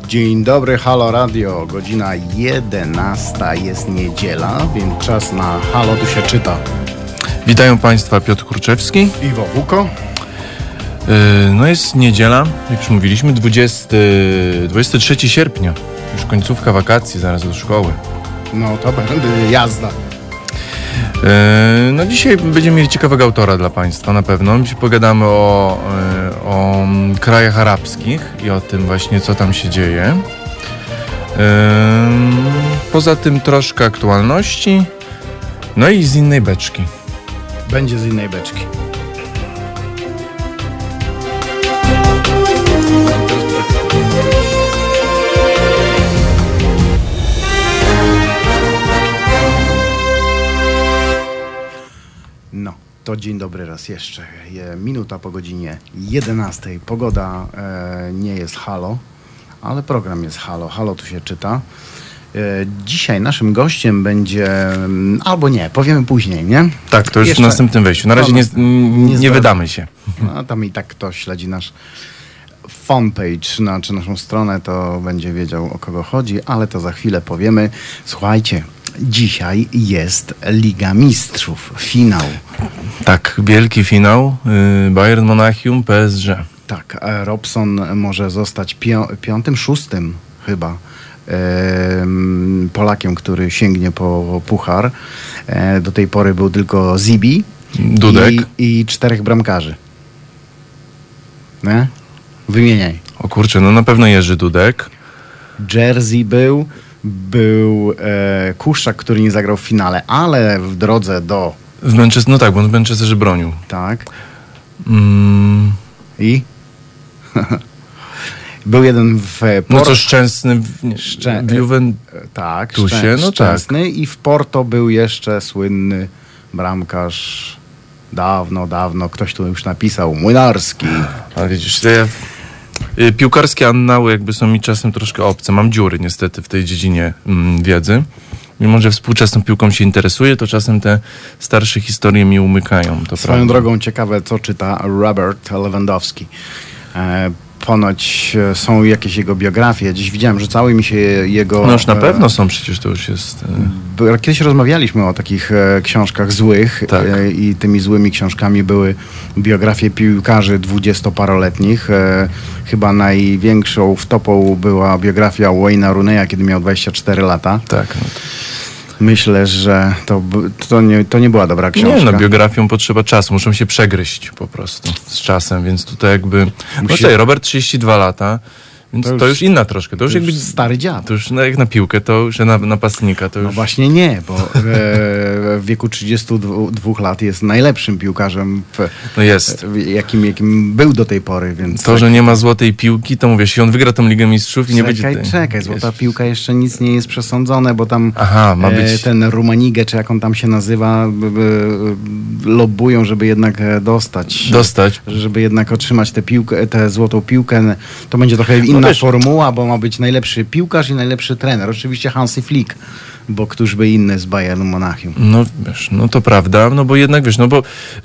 Dzień dobry, Halo Radio, godzina 11, jest niedziela, więc czas na Halo tu się czyta. Witają Państwa Piotr Kurczewski. Iwo Wuko. No jest niedziela, jak już mówiliśmy, 23 sierpnia, już końcówka wakacji, zaraz do szkoły. No to będzie jazda. No dzisiaj będziemy mieli ciekawego autora dla Państwa na pewno. Dzisiaj pogadamy o krajach arabskich i o tym właśnie, co tam się dzieje. Poza tym troszkę aktualności, no i z innej beczki. Będzie z innej beczki. No, to dzień dobry raz jeszcze. Minuta po godzinie 11. Pogoda nie jest halo, ale program jest halo. Halo tu się czyta. Dzisiaj naszym gościem będzie, albo nie, powiemy później, nie? Tak, to już w następnym wejściu. Na razie nie wydamy się. No, tam i tak kto śledzi nasz fanpage, czy naszą stronę, to będzie wiedział, o kogo chodzi, ale to za chwilę powiemy. Słuchajcie, dzisiaj jest Liga Mistrzów, finał. Tak, wielki finał, Bayern Monachium, PSG. Tak, Robson może zostać szóstym chyba Polakiem, który sięgnie po puchar. Do tej pory był tylko Zibi, Dudek i 4 bramkarzy. Nie? Wymieniaj. O kurczę, no na pewno Jerzy Dudek. Jerzy był Kuszczak, który nie zagrał w finale, ale w drodze do... No tak, bo on w Manchesterze bronił. Tak. I? Był jeden w No co Szczęsny w Juventusie, tak, no Szczęsny tak. I w Porto był jeszcze słynny bramkarz dawno, ktoś tu już napisał, Młynarski. Ale widzisz, piłkarskie annały jakby są mi czasem troszkę obce. Mam dziury niestety w tej dziedzinie wiedzy. Mimo że współczesną piłką się interesuję, to czasem te starsze historie mi umykają. To Swoją prawda. drogą ciekawe, co czyta Robert Lewandowski. Ponoć są jakieś jego biografie. Dziś widziałem, że cały mi się jego... No już na pewno są, przecież to już jest... Kiedyś rozmawialiśmy o takich książkach złych, tak. I tymi złymi książkami były biografie piłkarzy 20-paroletnich. Chyba największą wtopą była biografia Wayne'a Rooneya, kiedy miał 24 lata. Tak. No. Myślę, że to nie była dobra książka. Nie, no biografią potrzeba czasu, muszą się przegryźć po prostu z czasem, więc tutaj jakby... No tutaj Robert 32 lata, więc to już inna troszkę. To już jakby stary dziad. To już jak na piłkę, to już na napastnika, to już... No właśnie nie, bo w wieku 32 lat jest najlepszym piłkarzem, jakim był do tej pory, więc... To, że nie ma złotej piłki, to mówię, jeśli on wygra tą Ligę Mistrzów i nie będzie... Czekaj, złota piłka jeszcze nic nie jest przesądzone, bo tam ma być... ten Rumanigę, czy jak on tam się nazywa, lobbują, żeby jednak dostać, żeby jednak otrzymać tę złotą piłkę. To będzie trochę inna formuła, bo ma być najlepszy piłkarz i najlepszy trener. Oczywiście Hansi Flick, bo któż by inny z Bayernu Monachium. No wiesz, no to prawda, no bo jednak wiesz, no bo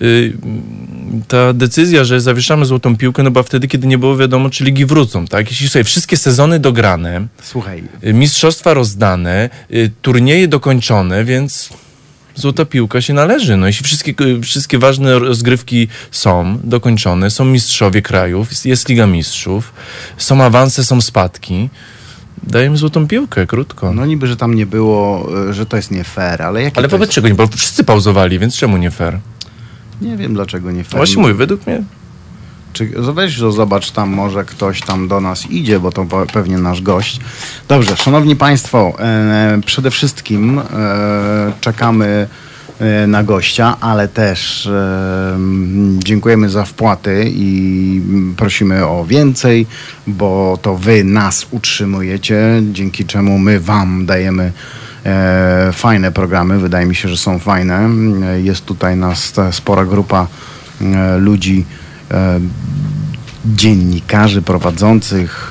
ta decyzja, że zawieszamy złotą piłkę, no była wtedy, kiedy nie było wiadomo, czy ligi wrócą, tak? Jeśli sobie wszystkie sezony dograne, słuchaj, mistrzostwa rozdane, turnieje dokończone, więc złota piłka się należy. No jeśli wszystkie ważne rozgrywki są dokończone, są mistrzowie krajów, jest Liga Mistrzów, są awanse, są spadki, dajemy złotą piłkę, krótko. No niby, że tam nie było, że to jest nie fair, ale jakie... Ale wobec czego nie? Bo wszyscy pauzowali, więc czemu nie fair? Nie wiem, dlaczego nie fair. Właśnie mówię, według mnie... Weź, zobacz tam, może ktoś tam do nas idzie, bo to pewnie nasz gość. Dobrze, szanowni państwo, przede wszystkim czekamy na gościa, ale też dziękujemy za wpłaty i prosimy o więcej, bo to wy nas utrzymujecie, dzięki czemu my wam dajemy fajne programy. Wydaje mi się, że są fajne. Jest tutaj nas spora grupa ludzi, dziennikarzy prowadzących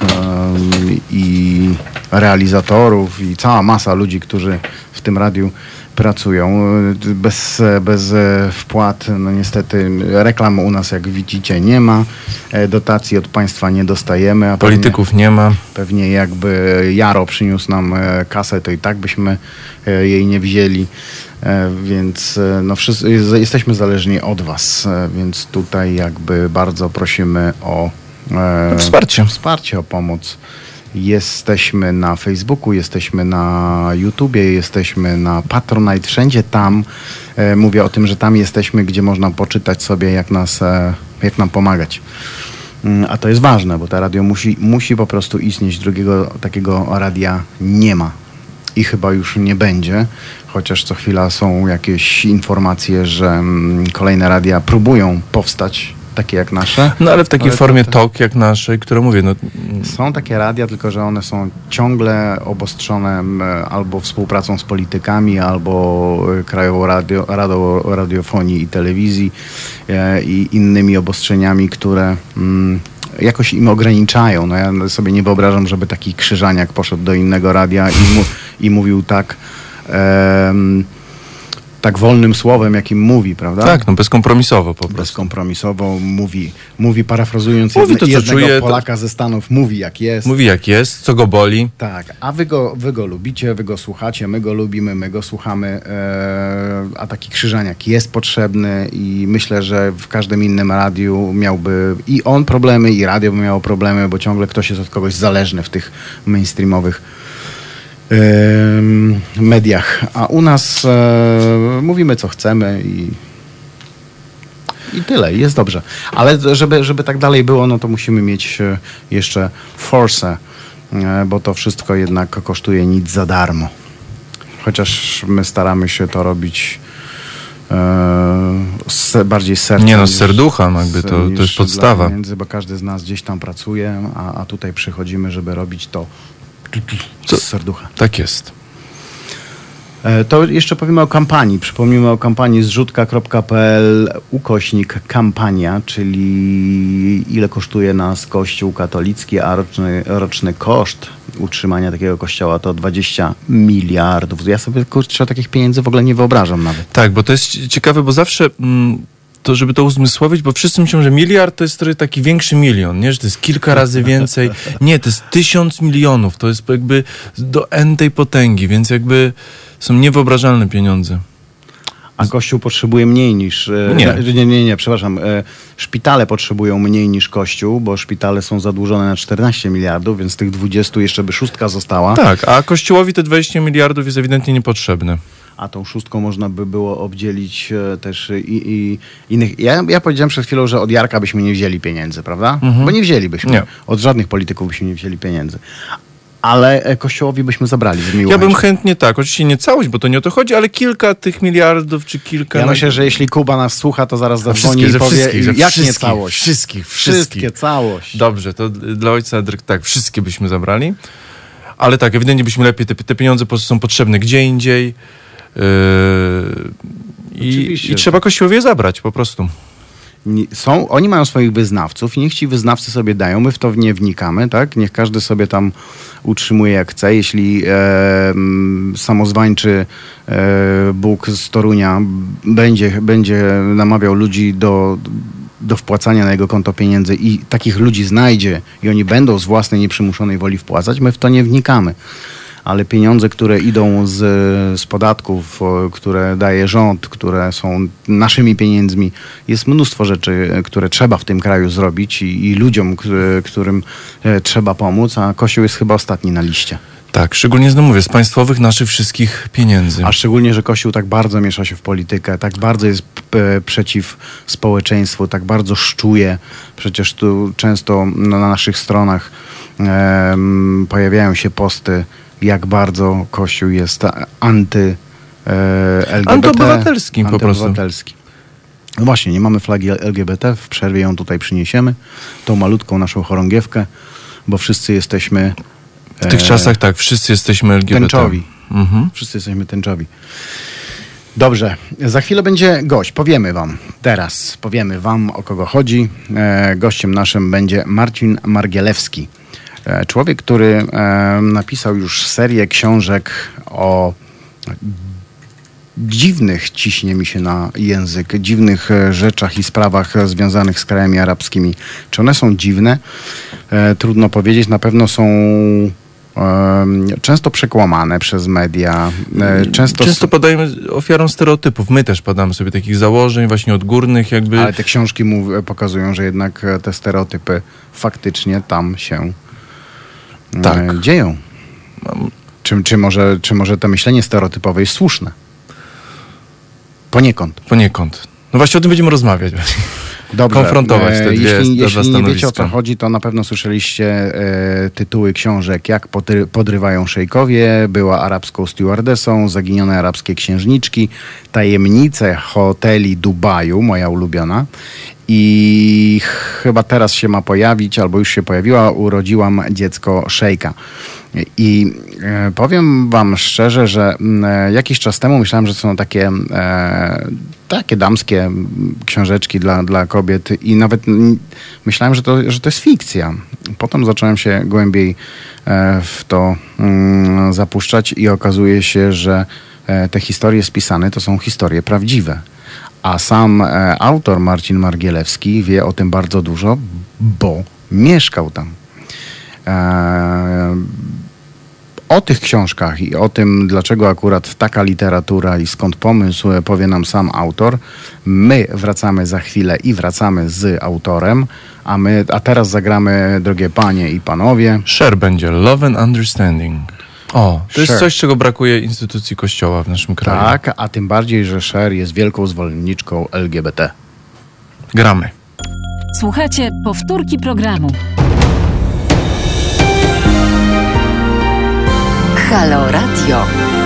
i realizatorów i cała masa ludzi, którzy w tym radiu pracują. Bez wpłat, no niestety reklam u nas, jak widzicie, nie ma. Dotacji od państwa nie dostajemy. A Polityków nie ma. Pewnie jakby Jaro przyniósł nam kasę, to i tak byśmy jej nie wzięli. Więc no, jesteśmy zależni od was. Więc tutaj jakby bardzo prosimy o wsparcie, o pomoc. Jesteśmy na Facebooku, jesteśmy na YouTubie, jesteśmy na Patronite, wszędzie tam. Mówię o tym, że tam jesteśmy, gdzie można poczytać sobie, jak nam pomagać. A to jest ważne, bo to radio musi po prostu istnieć. Drugiego takiego radia nie ma i chyba już nie będzie. Chociaż co chwila są jakieś informacje, że kolejne radia próbują powstać, takie jak nasze. No ale w takiej formie talk jak naszej, które mówię, no... Są takie radia, tylko że one są ciągle obostrzone albo współpracą z politykami, albo Krajową Radą Radiofonii i Telewizji i innymi obostrzeniami, które jakoś im ograniczają. No ja sobie nie wyobrażam, żeby taki Krzyżaniak poszedł do innego radia i mówił tak... tak wolnym słowem, jakim mówi, prawda? Tak, no bezkompromisowo po prostu. Bezkompromisowo mówi parafrazując jednego czuje, Polaka ze Stanów, mówi jak jest. Mówi jak jest, co go boli. Tak, a wy go lubicie, wy go słuchacie, my go lubimy, my go słuchamy, a taki Krzyżaniak jest potrzebny i myślę, że w każdym innym radiu miałby i on problemy, i radio by miało problemy, bo ciągle ktoś jest od kogoś zależny w tych mainstreamowych mediach, a u nas mówimy co chcemy i tyle, jest dobrze. Ale żeby tak dalej było, no to musimy mieć jeszcze forsę, bo to wszystko jednak kosztuje nic za darmo. Chociaż my staramy się to robić bardziej z serca. Nie no, z serducha, no jakby to jest podstawa. Pieniędzy, bo każdy z nas gdzieś tam pracuje, a tutaj przychodzimy, żeby robić to z serducha. Tak jest. To jeszcze powiemy o kampanii. Przypomnimy o kampanii zrzutka.pl/kampania, czyli ile kosztuje nas Kościół katolicki, a roczny koszt utrzymania takiego kościoła to 20 miliardów. Ja sobie kurczę takich pieniędzy w ogóle nie wyobrażam nawet. Tak, bo to jest ciekawe, bo zawsze... to żeby to uzmysłowić, bo wszyscy myślą, że miliard to jest trochę taki większy milion, nie? Że to jest kilka razy więcej. Nie, to jest 1000 milionów, to jest jakby do n-tej potęgi, więc jakby są niewyobrażalne pieniądze. A Kościół potrzebuje mniej niż... Nie, przepraszam. Szpitale potrzebują mniej niż Kościół, bo szpitale są zadłużone na 14 miliardów, więc z tych 20 jeszcze by szóstka została. Tak, a Kościołowi te 20 miliardów jest ewidentnie niepotrzebne. A tą szóstką można by było obdzielić też i innych. Ja powiedziałem przed chwilą, że od Jarka byśmy nie wzięli pieniędzy, prawda? Bo nie wzięlibyśmy. Nie. Od żadnych polityków byśmy nie wzięli pieniędzy. Ale Kościołowi byśmy zabrali z miłością. Ja bym chętnie tak, oczywiście nie całość, bo to nie o to chodzi, ale kilka tych miliardów, czy kilka... Ja myślę, że jeśli Kuba nas słucha, to zaraz zadzwoni i powie, jak nie całość. Wszystkie, całość. Dobrze, to dla ojca tak, wszystkie byśmy zabrali. Ale tak, ewidentnie byśmy lepiej, te pieniądze po prostu są potrzebne gdzie indziej. I trzeba Kościołowi je zabrać po prostu. Oni mają swoich wyznawców i niech ci wyznawcy sobie dają, my w to nie wnikamy, tak? Niech każdy sobie tam utrzymuje jak chce. Jeśli samozwańczy Bóg z Torunia będzie namawiał ludzi do wpłacania na jego konto pieniędzy i takich ludzi znajdzie i oni będą z własnej nieprzymuszonej woli wpłacać, my w to nie wnikamy. Ale pieniądze, które idą z podatków, które daje rząd, które są naszymi pieniędzmi, jest mnóstwo rzeczy, które trzeba w tym kraju zrobić i ludziom, którym trzeba pomóc, a Kościół jest chyba ostatni na liście. Tak, szczególnie znowu mówię, z państwowych naszych wszystkich pieniędzy. A szczególnie, że Kościół tak bardzo miesza się w politykę, tak bardzo jest przeciw społeczeństwu, tak bardzo szczuje. Przecież tu często na naszych stronach pojawiają się posty, jak bardzo Kościół jest anty-LGBT. Antyobywatelski po prostu. No właśnie, nie mamy flagi LGBT, w przerwie ją tutaj przyniesiemy, tą malutką naszą chorągiewkę, bo wszyscy jesteśmy... W tych czasach tak, wszyscy jesteśmy LGBT. Tęczowi. Wszyscy jesteśmy tęczowi. Dobrze, za chwilę będzie gość. Powiemy wam, o kogo chodzi. Gościem naszym będzie Marcin Margielewski. Człowiek, który napisał już serię książek o dziwnych, ciśnie mi się na język, dziwnych rzeczach i sprawach związanych z krajami arabskimi. Czy one są dziwne? Trudno powiedzieć. Na pewno są często przekłamane przez media. Często podajemy ofiarą stereotypów. My też padamy sobie takich założeń właśnie odgórnych jakby. Ale te książki pokazują, że jednak te stereotypy faktycznie tam się dzieją. Czy może to myślenie stereotypowe jest słuszne? Poniekąd. No właśnie o tym będziemy rozmawiać. Dobrze. Konfrontować te jeśli nie stanowiska. wiecie, o co chodzi, to na pewno słyszeliście tytuły książek Jak podrywają szejkowie, Była arabską stewardessą, Zaginione arabskie księżniczki, Tajemnice hoteli Dubaju, moja ulubiona. I chyba teraz się ma pojawić, albo już się pojawiła, Urodziłam dziecko szejka. I powiem wam szczerze, że jakiś czas temu myślałem, że są takie damskie książeczki dla kobiet i nawet myślałem, że to jest fikcja. Potem zacząłem się głębiej w to zapuszczać i okazuje się, że te historie spisane to są historie prawdziwe. A sam autor Marcin Margielewski wie o tym bardzo dużo, bo mieszkał tam. O tych książkach i o tym, dlaczego akurat taka literatura i skąd pomysł, powie nam sam autor. My wracamy za chwilę i wracamy z autorem, a teraz zagramy, drogie panie i panowie. Cher będzie Love and Understanding. O, to jest coś, czego brakuje instytucji kościoła w naszym kraju. Tak, a tym bardziej, że Cher jest wielką zwolenniczką LGBT. Gramy. Słuchajcie powtórki programu. Halo Radio.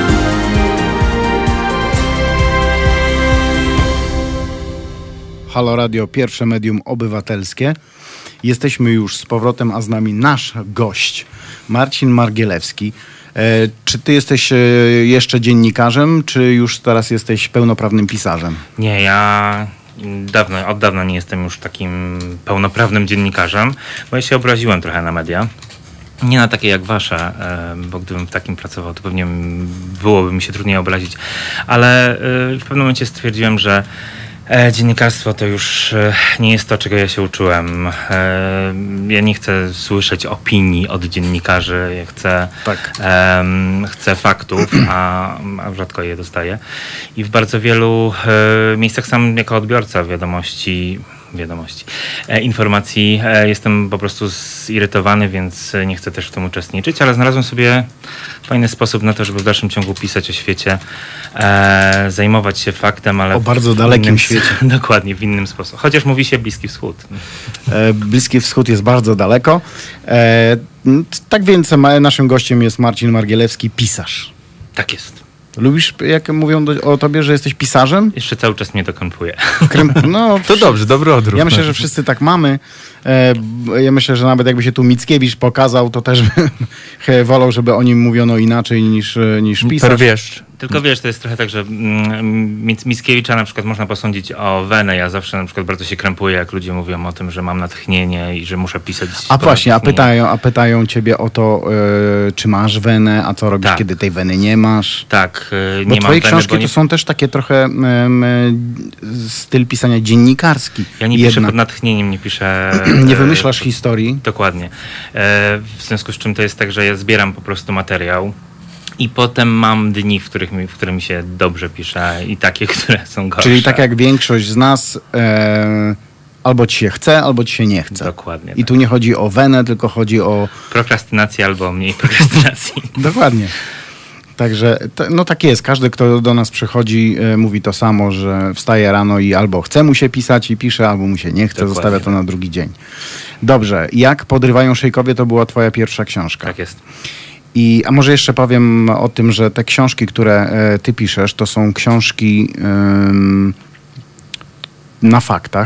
Halo Radio, pierwsze medium obywatelskie. Jesteśmy już z powrotem, a z nami nasz gość, Marcin Margielewski. Czy ty jesteś jeszcze dziennikarzem, czy już teraz jesteś pełnoprawnym pisarzem? Nie, ja od dawna nie jestem już takim pełnoprawnym dziennikarzem, bo ja się obraziłem trochę na media. Nie na takie jak wasze, bo gdybym w takim pracował, to pewnie byłoby mi się trudniej obrazić. Ale w pewnym momencie stwierdziłem, że dziennikarstwo to już nie jest to, czego ja się uczyłem. Ja nie chcę słyszeć opinii od dziennikarzy, ja chcę faktów, a rzadko je dostaję. I w bardzo wielu miejscach sam jako odbiorca informacji jestem po prostu zirytowany, więc nie chcę też w tym uczestniczyć, ale znalazłem sobie fajny sposób na to, żeby w dalszym ciągu pisać o świecie, zajmować się faktem, ale o bardzo dalekim świecie. Dokładnie, w innym sposób. Chociaż mówi się Bliski Wschód. Bliski Wschód jest bardzo daleko. Tak więc naszym gościem jest Marcin Margielewski, pisarz. Tak jest. Lubisz, jak mówią o tobie, że jesteś pisarzem? Jeszcze cały czas mnie to krępuje. No, to dobrze, dobry odruch. Ja myślę, że wszyscy tak mamy. Ja myślę, że nawet jakby się tu Mickiewicz pokazał, to też wolał, żeby o nim mówiono inaczej niż pisarz. Perwieszcz. Tylko wiesz, to jest trochę tak, że Mickiewicza na przykład można posądzić o wenę. Ja zawsze na przykład bardzo się krępuję, jak ludzie mówią o tym, że mam natchnienie i że muszę pisać. A właśnie, a pytają ciebie o to, czy masz wenę, a co robisz, kiedy tej weny nie masz? Tak, nie mam. Bo twoje książki to są też takie trochę styl pisania dziennikarski. Ja nie piszę pod natchnieniem, nie piszę... Nie wymyślasz historii? Dokładnie. W związku z czym to jest tak, że ja zbieram po prostu materiał i potem mam dni, w których mi się dobrze pisze i takie, które są gorsze. Czyli tak jak większość z nas, albo ci się chce, albo ci się nie chce. Dokładnie. I tu nie chodzi o wenę, tylko chodzi o... prokrastynację albo mniej prokrastynacji. Dokładnie. Także, no tak jest. Każdy, kto do nas przychodzi, mówi to samo, że wstaje rano i albo chce mu się pisać i pisze, albo mu się nie chce, Dokładnie. zostawia to na drugi dzień. Dobrze. Jak podrywają szejkowie, to była twoja pierwsza książka. Tak jest. A może jeszcze powiem o tym, że te książki, które ty piszesz, to są książki na faktach.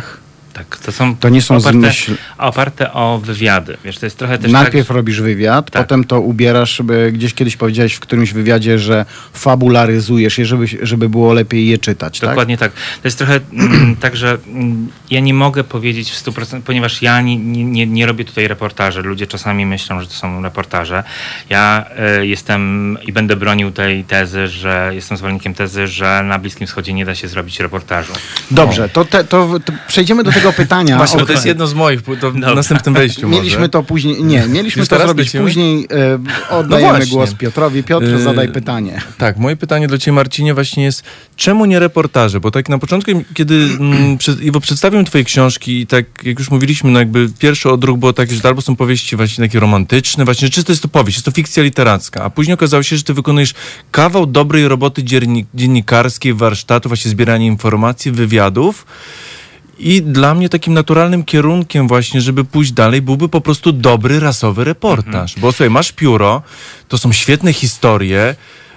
Tak, To nie są oparte o wywiady. Wiesz, to jest trochę też Najpierw tak, robisz wywiad, tak. potem to ubierasz, gdzieś kiedyś powiedziałeś w którymś wywiadzie, że fabularyzujesz je, żeby było lepiej je czytać, tak? Dokładnie tak. To jest trochę tak, że ja nie mogę powiedzieć w 100%, ponieważ ja nie robię tutaj reportaży. Ludzie czasami myślą, że to są reportaże. Ja jestem i będę bronił tej tezy, że jestem zwolennikiem tezy, że na Bliskim Wschodzie nie da się zrobić reportażu. Dobrze, to przejdziemy do tego pytania. Właśnie, bo to jest jedno z moich, to w następnym wejściu Mieliśmy może. to później, mieliśmy Już to teraz zrobić lecimy? później. Oddajemy właśnie. głos Piotrowi. Piotr, zadaj pytanie. Tak, moje pytanie do ciebie, Marcinie, właśnie jest, czemu nie reportaże? Bo tak na początku, kiedy Iwo przedstawiłem twoje książki i tak jak już mówiliśmy, no jakby pierwszy odruch było taki, że albo są powieści właśnie takie romantyczne, właśnie, czy to jest to powieść, jest to fikcja literacka, a później okazało się, że ty wykonujesz kawał dobrej roboty dziennikarskiej, warsztatu, właśnie zbierania informacji, wywiadów. I dla mnie takim naturalnym kierunkiem właśnie, żeby pójść dalej, byłby po prostu dobry, rasowy reportaż. Bo słuchaj, masz pióro, to są świetne historie,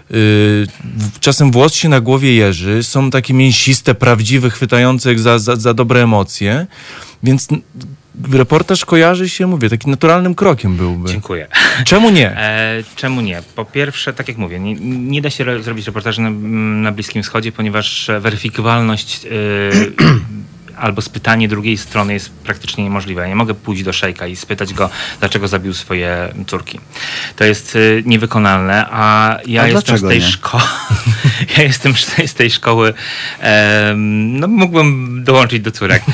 czasem włos się na głowie jeży, są takie mięsiste, prawdziwe, chwytające jak za dobre emocje, więc reportaż kojarzy się, mówię, takim naturalnym krokiem byłby. Dziękuję. Czemu nie? Czemu nie? Po pierwsze, tak jak mówię, nie da się zrobić reportażu na Bliskim Wschodzie, ponieważ weryfikowalność albo spytanie drugiej strony jest praktycznie niemożliwe. Ja nie mogę pójść do szejka i spytać go, dlaczego zabił swoje córki. To jest niewykonalne, a ja jestem z tej szkoły. Ja jestem z tej szkoły. No, mógłbym dołączyć do córek.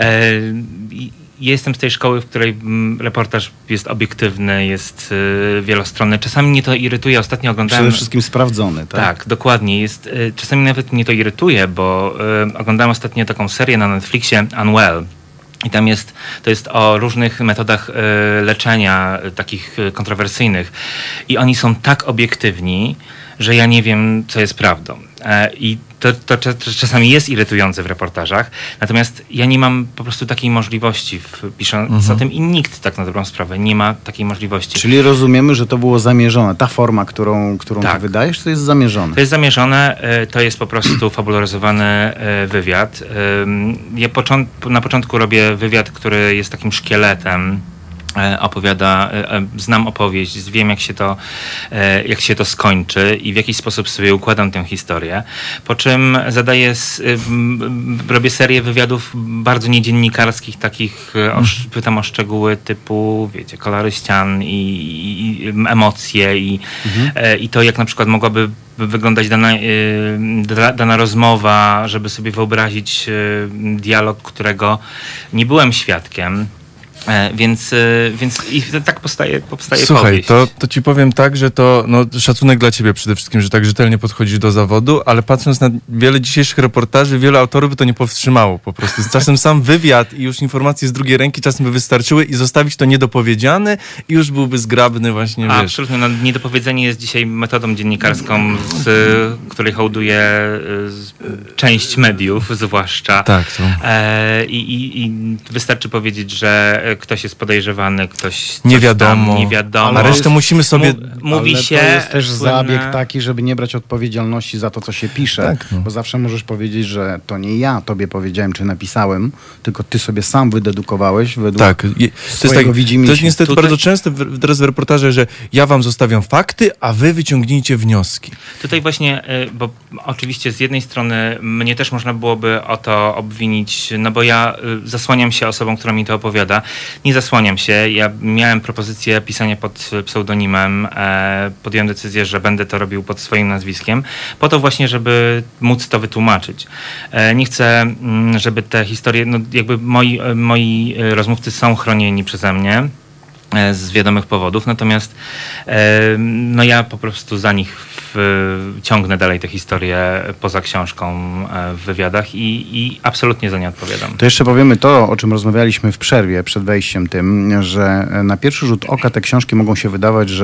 Jestem z tej szkoły, w której reportaż jest obiektywny, jest wielostronny. Czasami mnie to irytuje. Ostatnio oglądałem... Przede wszystkim sprawdzony, tak? Tak, dokładnie. Czasami nawet mnie to irytuje, bo oglądałem ostatnio taką serię na Netflixie, Unwell. I tam to jest o różnych metodach leczenia, takich kontrowersyjnych. I oni są tak obiektywni, że ja nie wiem, co jest prawdą. I to czasami jest irytujące w reportażach, natomiast ja nie mam po prostu takiej możliwości pisząc o tym i nikt tak na dobrą sprawę nie ma takiej możliwości. Czyli rozumiemy, że to było zamierzone. Ta forma, którą Tak. ty wydajesz, to jest zamierzone. To jest zamierzone, to jest po prostu fabularyzowany wywiad. Ja na początku robię wywiad, który jest takim szkieletem, opowiada, znam opowieść, wiem jak się to skończy i w jaki sposób sobie układam tę historię, po czym robię serię wywiadów bardzo niedziennikarskich, takich pytam o szczegóły typu, wiecie, kolory ścian i emocje i to, jak na przykład mogłaby wyglądać dana rozmowa, żeby sobie wyobrazić dialog, którego nie byłem świadkiem. Więc i tak powstaje Słuchaj, powieść. to ci powiem tak, że to szacunek dla ciebie przede wszystkim, że tak rzetelnie podchodzisz do zawodu, ale patrząc na wiele dzisiejszych reportaży, wielu autorów by to nie powstrzymało po prostu. Czasem sam wywiad i już informacje z drugiej ręki czasem by wystarczyły i zostawić to niedopowiedziane i już byłby zgrabny właśnie, wiesz. Absolutnie. Niedopowiedzenie jest dzisiaj metodą dziennikarską, której hołduje część mediów zwłaszcza. Tak. To... I wystarczy powiedzieć, że ktoś jest podejrzewany, ktoś nie wiadomo. A resztę jest, musimy sobie... Mówi ale się... to jest też zabieg taki, żeby nie brać odpowiedzialności za to, co się pisze. Tak, Bo zawsze możesz powiedzieć, że to nie ja tobie powiedziałem, czy napisałem, tylko ty sobie sam wydedukowałeś według swojego widzimisię. To jest niestety bardzo często teraz w reportażach, że ja wam zostawiam fakty, a wy wyciągnijcie wnioski. Tutaj właśnie, bo oczywiście z jednej strony mnie też można byłoby o to obwinić, no bo ja zasłaniam się osobą, która mi to opowiada. Nie zasłaniam się. Ja miałem propozycję pisania pod pseudonimem. Podjąłem decyzję, że będę to robił pod swoim nazwiskiem, po to właśnie, żeby móc to wytłumaczyć. Nie chcę, żeby te historie, jakby moi rozmówcy są chronieni przeze mnie z wiadomych powodów, natomiast ja po prostu za nich ciągnę dalej tę historię poza książką w wywiadach i absolutnie za nie odpowiadam. To jeszcze powiemy to, o czym rozmawialiśmy w przerwie przed wejściem tym, że na pierwszy rzut oka te książki mogą się wydawać, że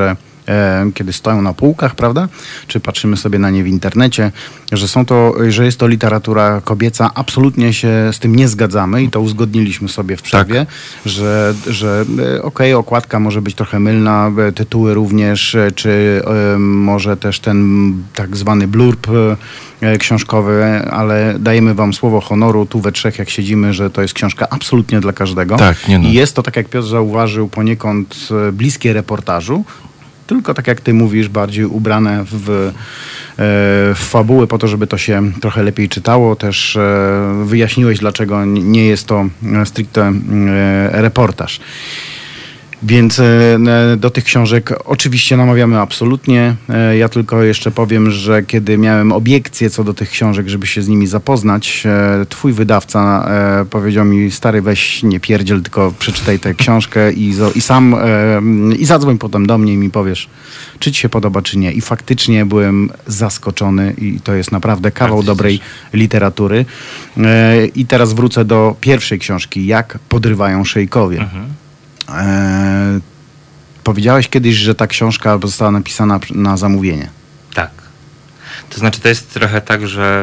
kiedy stoją na półkach, prawda? Czy patrzymy sobie na nie w internecie, że jest to literatura kobieca. Absolutnie się z tym nie zgadzamy i to uzgodniliśmy sobie w przerwie, że okej, okładka może być trochę mylna, tytuły również, czy może też ten tak zwany blurb książkowy, ale dajemy wam słowo honoru tu we trzech, jak siedzimy, że to jest książka absolutnie dla każdego. Tak, nie no. I jest to, tak jak Piotr zauważył, poniekąd bliskie reportażu, tylko tak jak ty mówisz, bardziej ubrane w fabuły po to, żeby to się trochę lepiej czytało. Też wyjaśniłeś, dlaczego nie jest to stricte reportaż. Więc do tych książek oczywiście namawiamy absolutnie. Ja tylko jeszcze powiem, że kiedy miałem obiekcje co do tych książek, żeby się z nimi zapoznać, twój wydawca powiedział mi: stary, weź nie pierdziel, tylko przeczytaj tę książkę i zadzwoń potem do mnie i mi powiesz, czy ci się podoba, czy nie. I faktycznie byłem zaskoczony i to jest naprawdę kawał Bardzo dobrej literatury. I teraz wrócę do pierwszej książki, Jak podrywają szejkowie. Powiedziałeś kiedyś, że ta książka została napisana na zamówienie. Tak. To znaczy, to jest trochę tak, że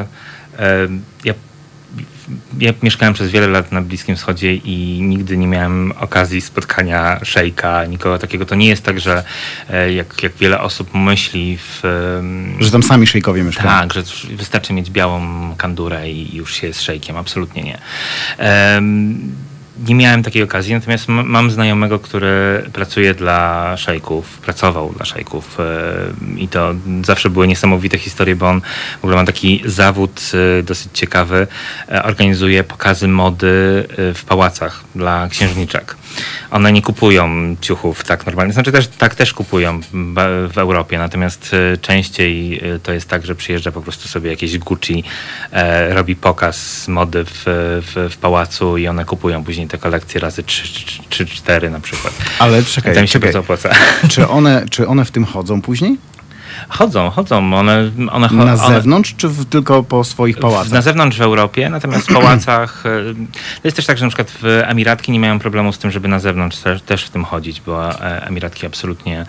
ja mieszkałem przez wiele lat na Bliskim Wschodzie i nigdy nie miałem okazji spotkania szejka, nikogo takiego. To nie jest tak, że jak wiele osób myśli, Że tam sami szejkowie mieszkają. tak, że wystarczy mieć białą kandurę i już się jest szejkiem. Absolutnie nie. Nie miałem takiej okazji, natomiast mam znajomego, który pracuje dla szejków, pracował dla szejków i to zawsze były niesamowite historie, bo on w ogóle ma taki zawód dosyć ciekawy. Organizuje pokazy mody w pałacach dla księżniczek. One nie kupują ciuchów tak normalnie, znaczy też kupują w Europie, natomiast częściej to jest tak, że przyjeżdża po prostu sobie jakieś Gucci, robi pokaz mody w pałacu i one kupują później te kolekcje razy 3-4 na przykład. Ale czekaj, To mi się bardzo opłaca. Czy one w tym chodzą później? Chodzą. Na zewnątrz, czy tylko po swoich pałacach? Na zewnątrz w Europie, natomiast w pałacach... To jest też tak, że na przykład w Emiratki nie mają problemu z tym, żeby na zewnątrz też w tym chodzić, bo Emiratki absolutnie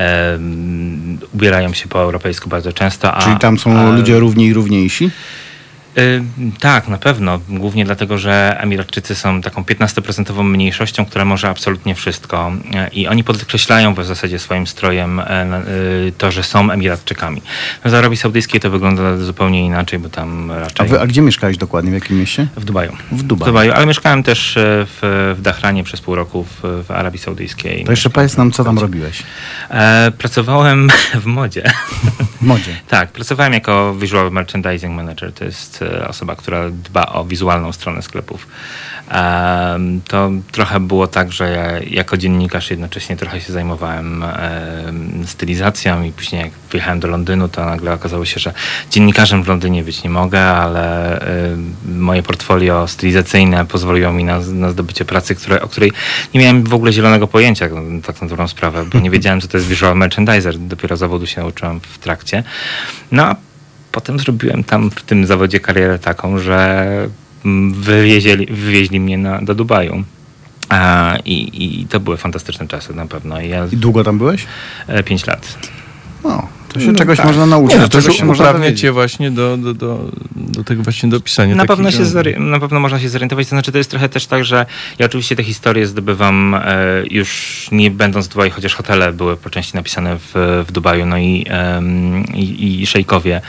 ubierają się po europejsku bardzo często. Czyli tam są ludzie równi i równiejsi? Tak, na pewno. Głównie dlatego, że Emiratczycy są taką 15% mniejszością, która może absolutnie wszystko. I oni podkreślają w zasadzie swoim strojem to, że są Emiratczykami. W Arabii Saudyjskiej to wygląda zupełnie inaczej, bo tam raczej... A gdzie mieszkałeś dokładnie? W jakim mieście? W Dubaju. W Dubaju. Ale mieszkałem też w Dahranie przez pół roku w Arabii Saudyjskiej. To jeszcze powiedz nam, co tam robiłeś? Pracowałem w modzie. W modzie? Tak, pracowałem jako Visual Merchandising Manager. To jest osoba, która dba o wizualną stronę sklepów. To trochę było tak, że ja jako dziennikarz jednocześnie trochę się zajmowałem stylizacją i później jak wyjechałem do Londynu, to nagle okazało się, że dziennikarzem w Londynie być nie mogę, ale moje portfolio stylizacyjne pozwoliło mi na zdobycie pracy, o której nie miałem w ogóle zielonego pojęcia, tak na dobrą sprawę, bo nie wiedziałem, co to jest visual merchandiser. Dopiero zawodu się nauczyłem w trakcie. No a potem zrobiłem tam w tym zawodzie karierę taką, że wywieźli mnie do Dubaju. I to były fantastyczne czasy na pewno. I długo tam byłeś? 5 lat. No, to się czegoś można nauczyć. Nie, to czegoś się można uprawnia dowiedzieć. cię właśnie do tego właśnie do pisania. Na pewno takich- na pewno można się zorientować. To znaczy, to jest trochę też tak, że ja oczywiście te historie zdobywam już nie będąc w Dubaju, chociaż hotele były po części napisane w Dubaju, no i szejkowie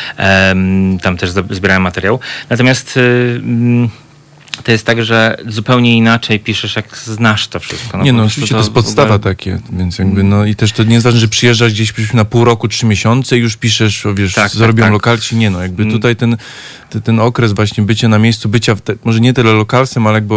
tam też zbierałem materiał. Natomiast to jest tak, że zupełnie inaczej piszesz, jak znasz to wszystko. Nie, no oczywiście to jest podstawa takie, więc jakby no i też to nie znaczy, że przyjeżdżasz gdzieś na pół roku, 3 miesiące i już piszesz, wiesz, zarobiłem lokalci. Nie no, jakby tutaj ten okres właśnie bycia na miejscu, może nie tyle lokalsem, ale jakby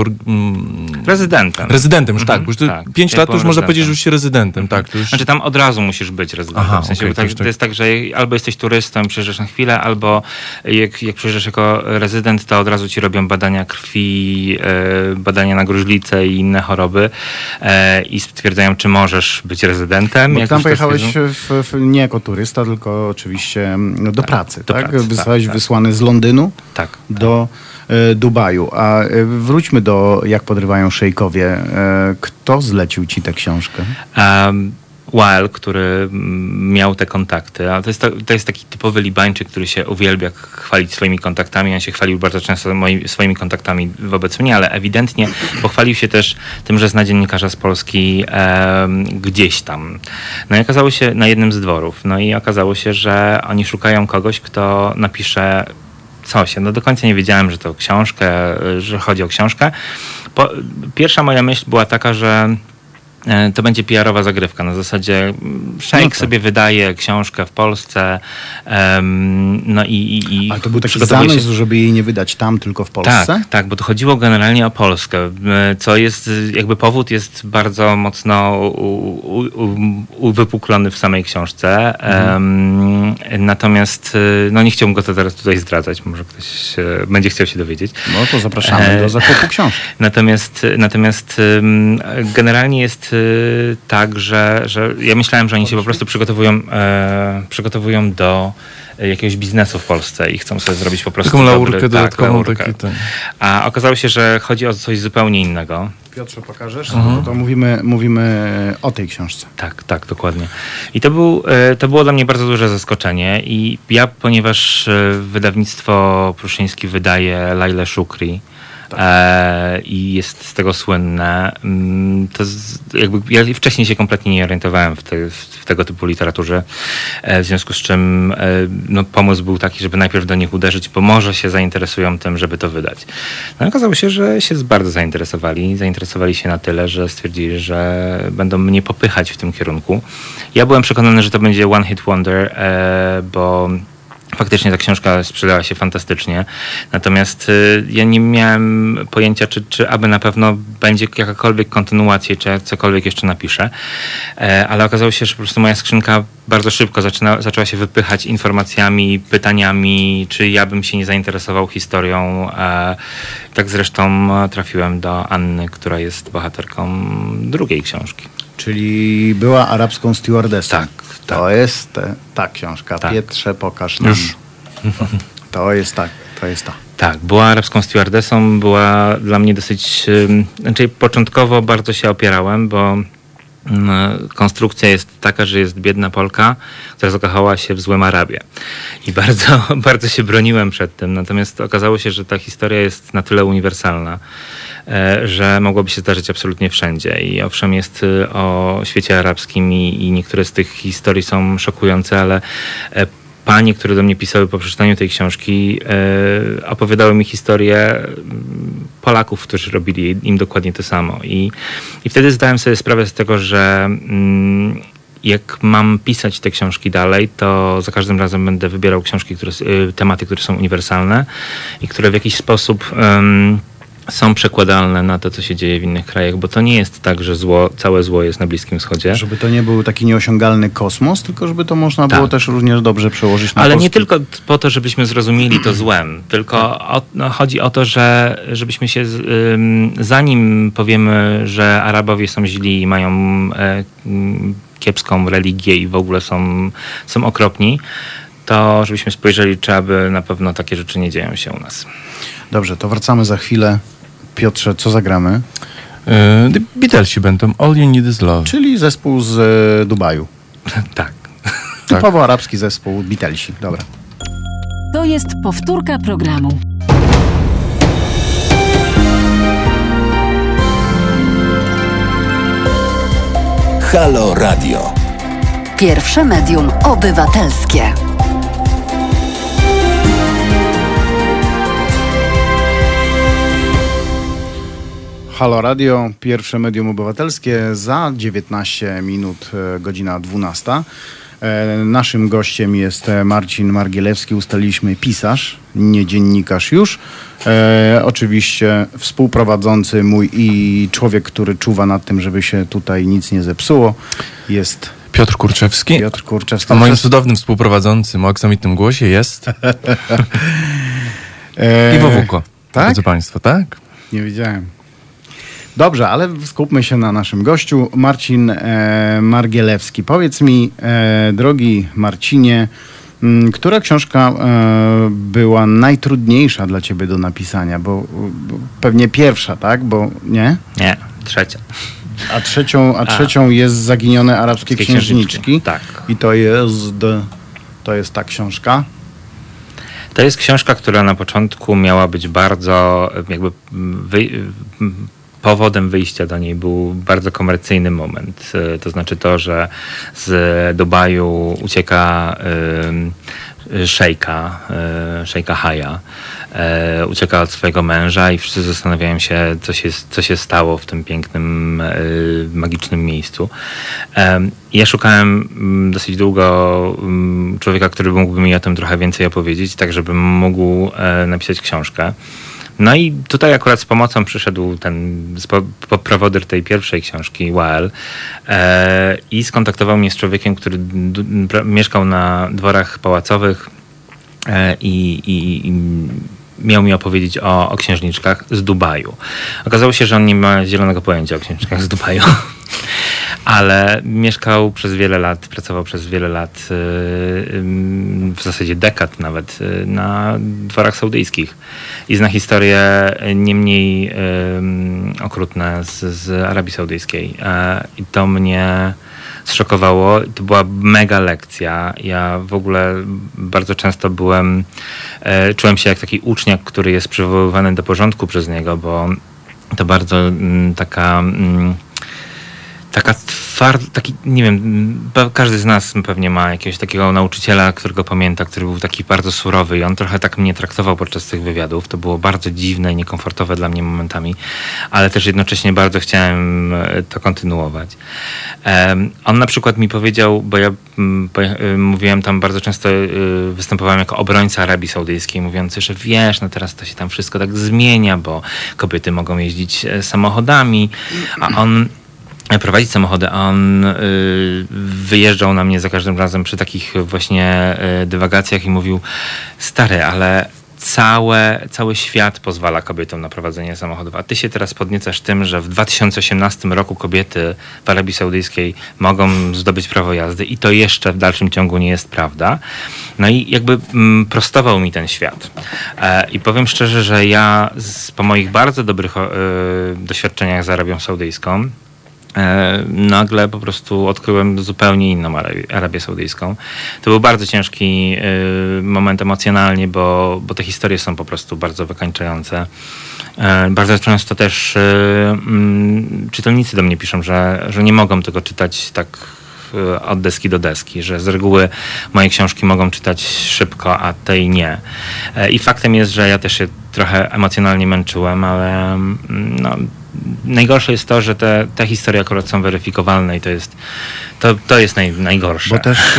rezydentem już tak, bo już 5 lat to już można powiedzieć, że już się rezydentem, tak. To już... Znaczy tam od razu musisz być rezydentem. Aha, w sensie, okej, bo to jest tak, że albo jesteś turystą i przyjeżdżasz na chwilę, albo jak przyjeżdżasz jako rezydent, to od razu ci robią badania krwi, badania na gruźlicę i inne choroby i stwierdzają, czy możesz być rezydentem. Bo tam pojechałeś nie jako turysta, tylko oczywiście do pracy, tak? Zostałeś wysłany z Londynu do Dubaju. A wróćmy do Jak podrywają szejkowie. Kto zlecił ci tę książkę? Weil, który miał te kontakty, a to jest taki typowy Libańczyk, który się uwielbia chwalić swoimi kontaktami. On się chwalił bardzo często swoimi kontaktami wobec mnie, ale ewidentnie pochwalił się też tym, że zna dziennikarza z Polski gdzieś tam. No i okazało się na jednym z dworów. No i okazało się, że oni szukają kogoś, kto napisze coś. No do końca nie wiedziałem, że to książkę, że chodzi o książkę. Pierwsza moja myśl była taka, że to będzie PR-owa zagrywka. Na zasadzie szejk sobie wydaje książkę w Polsce. No i ale to był taki zamysł, żeby jej nie wydać tam, tylko w Polsce? Tak, bo to chodziło generalnie o Polskę, co jest, jakby powód jest bardzo mocno uwypuklony w samej książce. Natomiast no nie chciałbym go to teraz tutaj zdradzać. Może ktoś będzie chciał się dowiedzieć. No to zapraszamy do zakupu książki. Natomiast generalnie jest tak, że ja myślałem, że oni się po prostu przygotowują do jakiegoś biznesu w Polsce i chcą sobie zrobić po prostu taką laurkę dodatkową. A okazało się, że chodzi o coś zupełnie innego. Piotrze, pokażesz? Bo to mówimy o tej książce. Tak, dokładnie. I to było dla mnie bardzo duże zaskoczenie i ja, ponieważ wydawnictwo Pruszyński wydaje Lailę Szukri, i jest z tego słynne. To jakby ja wcześniej się kompletnie nie orientowałem w tego typu literaturze, w związku z czym no, pomysł był taki, żeby najpierw do nich uderzyć, bo może się zainteresują tym, żeby to wydać. No i okazało się, że się bardzo zainteresowali się na tyle, że stwierdzili, że będą mnie popychać w tym kierunku. Ja byłem przekonany, że to będzie one hit wonder, bo faktycznie ta książka sprzedała się fantastycznie, natomiast ja nie miałem pojęcia, czy aby na pewno będzie jakakolwiek kontynuacja, czy ja cokolwiek jeszcze napiszę, ale okazało się, że po prostu moja skrzynka bardzo szybko zaczęła się wypychać informacjami, pytaniami, czy ja bym się nie zainteresował historią. Tak zresztą trafiłem do Anny, która jest bohaterką drugiej książki. Czyli była arabską stewardessą. Tak. To jest ta książka. Tak. Pietrze, pokaż nam. Już. To jest ta. Tak, była arabską stewardessą, była dla mnie dosyć... Znaczy początkowo bardzo się opierałem, bo konstrukcja jest taka, że jest biedna Polka, która zakochała się w złym Arabie. I bardzo, bardzo się broniłem przed tym. Natomiast okazało się, że ta historia jest na tyle uniwersalna, że mogłoby się zdarzyć absolutnie wszędzie. I owszem, jest o świecie arabskim i niektóre z tych historii są szokujące, ale panie, które do mnie pisały po przeczytaniu tej książki, opowiadały mi historię Polaków, którzy robili im dokładnie to samo. I wtedy zdałem sobie sprawę z tego, że jak mam pisać te książki dalej, to za każdym razem będę wybierał książki, tematy, które są uniwersalne i które w jakiś sposób są przekładalne na to, co się dzieje w innych krajach, bo to nie jest tak, że całe zło jest na Bliskim Wschodzie. Żeby to nie był taki nieosiągalny kosmos, tylko żeby to można było też również dobrze przełożyć na ale polski. nie tylko po to, żebyśmy zrozumieli to złem, tylko chodzi o to, żebyśmy się, zanim powiemy, że Arabowie są źli i mają kiepską religię i w ogóle są okropni, to żebyśmy spojrzeli, czy aby na pewno takie rzeczy nie dzieją się u nas. Dobrze, to wracamy za chwilę. Piotrze, co zagramy? The Beatlesi będą All You Need Is Love. Czyli zespół z Dubaju. Tak. Typowo arabski zespół Beatlesi. Dobra. To jest powtórka programu. Halo Radio. Pierwsze medium obywatelskie. Halo Radio, pierwsze medium obywatelskie, za 19 minut, godzina 12. Naszym gościem jest Marcin Margielewski, ustaliliśmy pisarz, nie dziennikarz już. Oczywiście współprowadzący mój i człowiek, który czuwa nad tym, żeby się tutaj nic nie zepsuło, jest Piotr Kurczewski. Kurczewski. A moim cudownym współprowadzącym o aksamitnym głosie jest Iwo Wuko. Tak? Drodzy Państwo, tak? Nie wiedziałem. Dobrze, ale skupmy się na naszym gościu, Marcin Margielewski. Powiedz mi, drogi Marcinie, która książka była najtrudniejsza dla ciebie do napisania? Bo pewnie pierwsza, tak? Bo nie? Nie, trzecia. A trzecią jest Zaginione arabskie księżniczki. Tak. I to jest ta książka. To jest książka, która na początku miała być bardzo jakby powodem wyjścia do niej był bardzo komercyjny moment. To znaczy to, że z Dubaju ucieka szejka Haya. Ucieka od swojego męża i wszyscy zastanawiają się, co się stało w tym pięknym, magicznym miejscu. Ja szukałem dosyć długo człowieka, który mógłby mi o tym trochę więcej opowiedzieć, tak żebym mógł napisać książkę. No i tutaj akurat z pomocą przyszedł ten prowodyr tej pierwszej książki, Wael, i skontaktował mnie z człowiekiem, który mieszkał na dworach pałacowych i miał mi opowiedzieć o księżniczkach z Dubaju. Okazało się, że on nie ma zielonego pojęcia o księżniczkach z Dubaju. Ale mieszkał przez wiele lat, pracował przez wiele lat, w zasadzie dekad nawet, na dworach saudyjskich. I zna historie nie mniej okrutne z Arabii Saudyjskiej. I to mnie zszokowało. To była mega lekcja. Ja w ogóle bardzo często czułem się jak taki uczniak, który jest przywoływany do porządku przez niego, bo to bardzo taka taki, nie wiem, każdy z nas pewnie ma jakiegoś takiego nauczyciela, którego pamięta, który był taki bardzo surowy i on trochę tak mnie traktował podczas tych wywiadów. To było bardzo dziwne i niekomfortowe dla mnie momentami, ale też jednocześnie bardzo chciałem to kontynuować. On na przykład mi powiedział, bo ja mówiłem tam bardzo często, występowałem jako obrońca Arabii Saudyjskiej, mówiący, że wiesz, no teraz to się tam wszystko tak zmienia, bo kobiety mogą jeździć samochodami, prowadzić samochody, a on wyjeżdżał na mnie za każdym razem przy takich właśnie dywagacjach i mówił: stary, ale cały świat pozwala kobietom na prowadzenie samochodów, a ty się teraz podniecasz tym, że w 2018 roku kobiety w Arabii Saudyjskiej mogą zdobyć prawo jazdy i to jeszcze w dalszym ciągu nie jest prawda. No i jakby prostował mi ten świat. I powiem szczerze, że ja po moich bardzo dobrych doświadczeniach z Arabią Saudyjską nagle po prostu odkryłem zupełnie inną Arabię Saudyjską. To był bardzo ciężki moment emocjonalnie, bo te historie są po prostu bardzo wykańczające. Bardzo często też czytelnicy do mnie piszą, że nie mogą tego czytać tak od deski do deski, że z reguły moje książki mogą czytać szybko, a tej nie. I faktem jest, że ja też się trochę emocjonalnie męczyłem, ale no, najgorsze jest to, że te historie akurat są weryfikowalne i to jest najgorsze. Bo też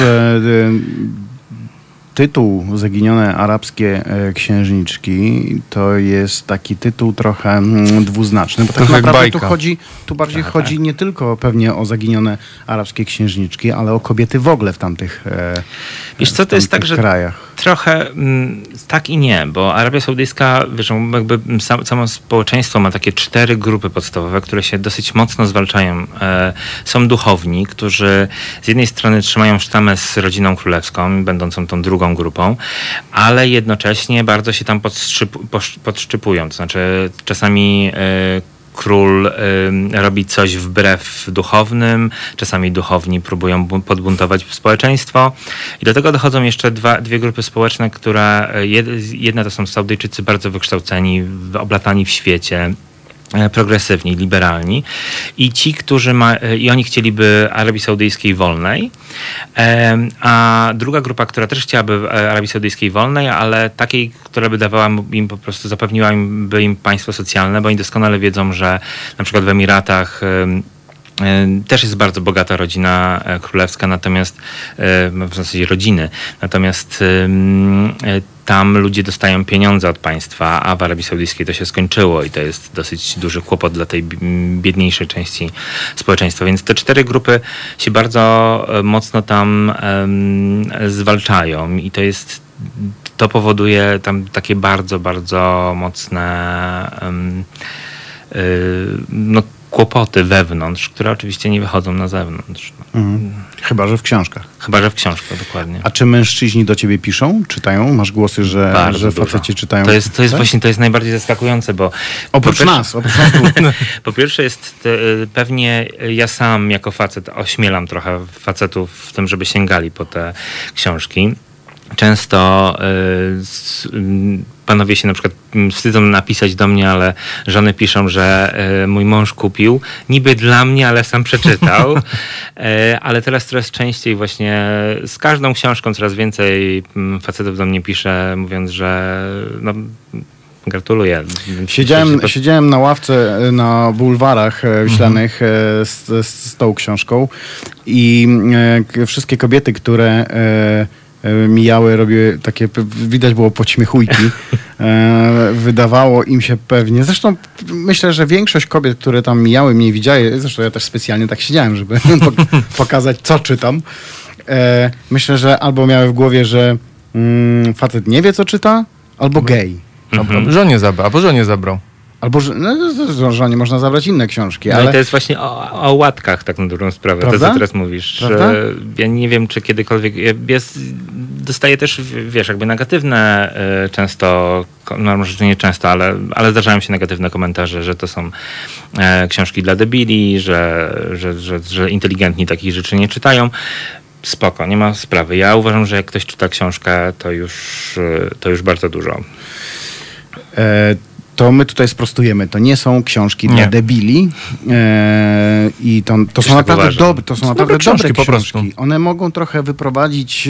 tytuł Zaginione arabskie księżniczki to jest taki tytuł trochę dwuznaczny, bo tak naprawdę tu bardziej chodzi nie tylko pewnie o zaginione arabskie księżniczki, ale o kobiety w ogóle w tamtych Wiesz co, to jest tak, że krajach. Trochę tak i nie, bo Arabia Saudyjska, wiesz, jakby samo społeczeństwo ma takie 4 grupy podstawowe, które się dosyć mocno zwalczają. Są duchowni, którzy z jednej strony trzymają sztamę z rodziną królewską, będącą tą drugą grupą, ale jednocześnie bardzo się tam podszczypują. To znaczy czasami król robi coś wbrew duchownym, czasami duchowni próbują podbuntować społeczeństwo i do tego dochodzą jeszcze dwie grupy społeczne, które jedna to są Saudyjczycy bardzo wykształceni, oblatani w świecie, progresywni, liberalni i ci, i oni chcieliby Arabii Saudyjskiej wolnej, a druga grupa, która też chciałaby Arabii Saudyjskiej wolnej, ale takiej, która by dawała im po prostu, zapewniłaby im państwo socjalne, bo oni doskonale wiedzą, że na przykład w Emiratach też jest bardzo bogata rodzina królewska, natomiast w zasadzie rodziny, natomiast tam ludzie dostają pieniądze od państwa, a w Arabii Saudyjskiej to się skończyło i to jest dosyć duży kłopot dla tej biedniejszej części społeczeństwa. Więc te 4 grupy się bardzo mocno tam zwalczają i to powoduje tam takie bardzo, bardzo mocne kłopoty wewnątrz, które oczywiście nie wychodzą na zewnątrz. No. Chyba, że w książkach. Chyba, że w książkach, dokładnie. A czy mężczyźni do ciebie piszą? Czytają? Masz głosy, że faceci czytają? To jest właśnie, to jest najbardziej zaskakujące, bo... Oprócz nas tu. Po pierwsze jest pewnie ja sam jako facet ośmielam trochę facetów w tym, żeby sięgali po te książki. Często panowie się na przykład wstydzą napisać do mnie, ale żony piszą, że mój mąż kupił. Niby dla mnie, ale sam przeczytał. Ale teraz coraz częściej właśnie z każdą książką coraz więcej facetów do mnie pisze, mówiąc, że no, gratuluję. Siedziałem na ławce na bulwarach Wiślanych z tą książką i wszystkie kobiety, które mijały, robiły takie, widać było podśmiechujki. Wydawało im się pewnie, zresztą myślę, że większość kobiet, które tam mijały, mnie widziały, zresztą ja też specjalnie tak siedziałem, żeby pokazać, co czytam. Myślę, że albo miały w głowie, że facet nie wie, co czyta, albo gej. Albo żonie zabrał. Albo żonie można zabrać inne książki. No ale... i to jest właśnie o łatkach, tak na dobrą sprawę. Prawda? To, co teraz mówisz. Że ja nie wiem, czy kiedykolwiek... dostaję też, wiesz, jakby negatywne często, no może nie często, ale zdarzają się negatywne komentarze, że to są książki dla debili, że inteligentni takich rzeczy nie czytają. Spoko, nie ma sprawy. Ja uważam, że jak ktoś czyta książkę, to już bardzo dużo. To my tutaj sprostujemy. To nie są książki dla debili. I to są naprawdę dobre książki. Po prostu. One mogą trochę wyprowadzić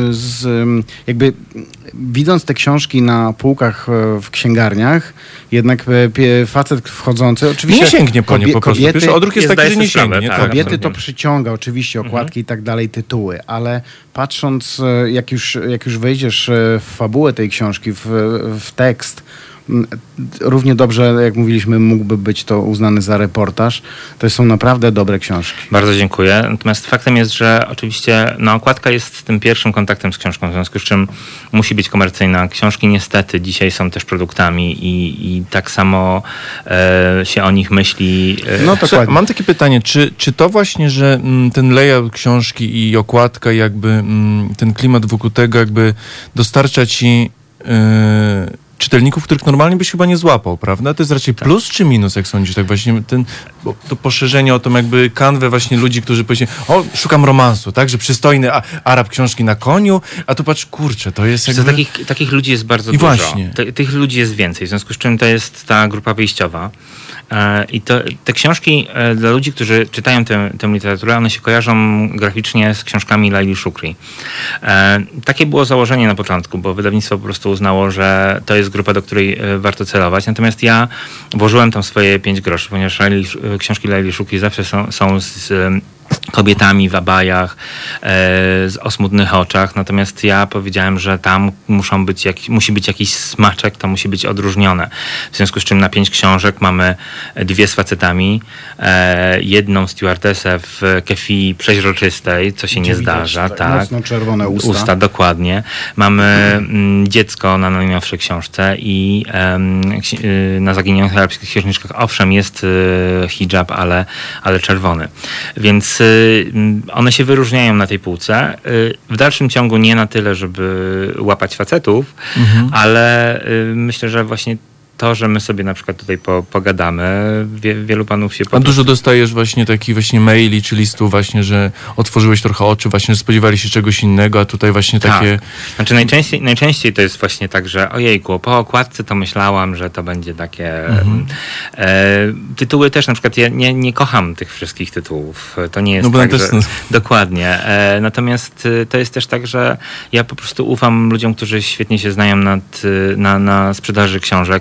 jakby widząc te książki na półkach w księgarniach, jednak facet wchodzący, oczywiście... Nie sięgnie po nie po prostu. Kobiety, odruch jest taki, że nie sięgnie. Tak, kobiety to przyciąga, oczywiście okładki i tak dalej, tytuły, ale patrząc, jak już wejdziesz w fabułę tej książki, w tekst, równie dobrze, jak mówiliśmy, mógłby być to uznany za reportaż. To są naprawdę dobre książki. Bardzo dziękuję. Natomiast faktem jest, że oczywiście okładka jest tym pierwszym kontaktem z książką, w związku z czym musi być komercyjna. Książki niestety dzisiaj są też produktami i tak samo się o nich myśli. No dokładnie. Mam takie pytanie, czy to właśnie, że ten layout książki i okładka, jakby ten klimat wokół tego jakby dostarcza ci czytelników, których normalnie byś chyba nie złapał, prawda? To jest raczej plus czy minus, jak sądzisz? Tak właśnie to poszerzenie o tą jakby kanwę właśnie ludzi, którzy powiedzą, szukam romansu, tak? Że przystojny Arab książki na koniu, a tu patrz, kurczę, to jest jakby... Takich ludzi jest bardzo dużo. Właśnie. Tych ludzi jest więcej, w związku z czym to jest ta grupa wyjściowa. I te książki dla ludzi, którzy czytają tę literaturę, one się kojarzą graficznie z książkami Laili Shukri. Takie było założenie na początku, bo wydawnictwo po prostu uznało, że to jest grupa, do której warto celować. Natomiast ja włożyłem tam swoje 5 groszy, ponieważ książki Laili Shukri zawsze są z kobietami w abajach, o smutnych oczach. Natomiast ja powiedziałem, że tam musi być jakiś smaczek, to musi być odróżnione. W związku z czym na 5 książek mamy 2 z facetami, jedną stewardessę w kefii przeźroczystej, co się nie zdarza. Tak. Mocno czerwone usta. Usta, dokładnie. Mamy dziecko na najnowszej książce i na Zaginionych arabskich księżniczkach owszem jest hijab, ale czerwony. Więc one się wyróżniają na tej półce. W dalszym ciągu nie na tyle, żeby łapać facetów, ale myślę, że właśnie to, że my sobie na przykład tutaj pogadamy, wielu panów się... A dużo dostajesz właśnie takich właśnie maili czy listów właśnie, że otworzyłeś trochę oczy, właśnie, że spodziewali się czegoś innego, a tutaj właśnie takie... Znaczy najczęściej to jest właśnie tak, że ojejku, po okładce to myślałam, że to będzie takie... Tytuły też, na przykład ja nie kocham tych wszystkich tytułów. To nie jest tak, że... Dokładnie. Natomiast to jest też tak, że ja po prostu ufam ludziom, którzy świetnie się znają na sprzedaży książek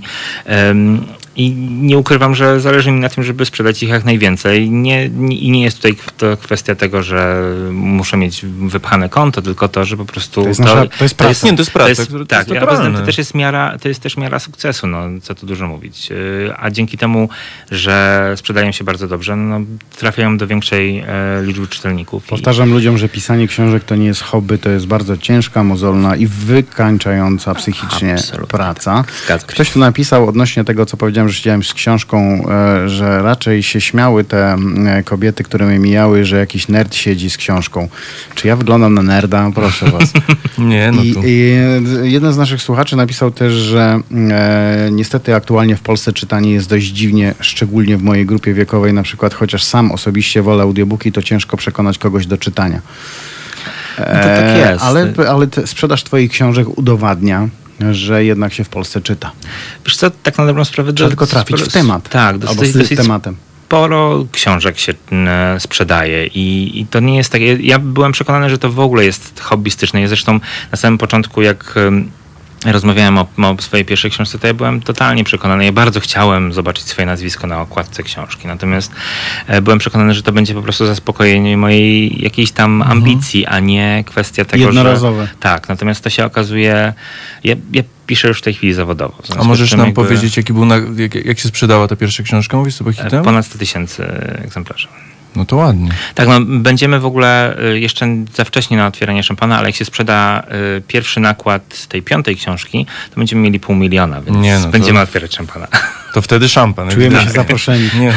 i nie ukrywam, że zależy mi na tym, żeby sprzedać ich jak najwięcej. I nie jest tutaj to kwestia tego, że muszę mieć wypchane konto, to tylko że po prostu... To jest praca. To jest praca. Tak, to jest też miara sukcesu, co tu dużo mówić. A dzięki temu, że sprzedają się bardzo dobrze, trafiają do większej liczby czytelników. Powtarzam ludziom, że pisanie książek to nie jest hobby, to jest bardzo ciężka, mozolna i wykańczająca psychicznie praca. Ktoś tu napisał odnośnie tego, co powiedziałem, rozmawiałem, że siedziałem z książką, że raczej się śmiały te kobiety, które mnie mijały, że jakiś nerd siedzi z książką. Czy ja wyglądam na nerda? Proszę was. Nie, no to... I jeden z naszych słuchaczy napisał też, że niestety aktualnie w Polsce czytanie jest dość dziwnie, szczególnie w mojej grupie wiekowej na przykład, chociaż sam osobiście wolę audiobooki, to ciężko przekonać kogoś do czytania. No to tak jest. Ale sprzedaż twoich książek udowadnia, że jednak się w Polsce czyta. Wiesz co, tak na dobrą sprawę... Trzeba tylko trafić w temat. Tak, dosyć tematem. Sporo książek się sprzedaje i to nie jest takie... Ja byłem przekonany, że to w ogóle jest hobbystyczne. Ja zresztą na samym początku, jak rozmawiałem o swojej pierwszej książce, to ja byłem totalnie przekonany. Ja bardzo chciałem zobaczyć swoje nazwisko na okładce książki. Natomiast byłem przekonany, że to będzie po prostu zaspokojenie mojej jakiejś tam ambicji, a nie kwestia tego, jednorazowe. że... Tak, natomiast to się okazuje... Ja piszę już w tej chwili zawodowo. A możesz nam powiedzieć, jak się sprzedała ta pierwsza książka? Mówisz sobie hitem? Ponad 100 000 egzemplarzy. No to ładnie. Tak, no będziemy w ogóle jeszcze za wcześnie na otwieranie szampana, ale jak się sprzeda pierwszy nakład tej 5. książki, to będziemy mieli 500 000, więc będziemy otwierać szampana. To wtedy szampan. Czujemy się zaproszeni. Nie.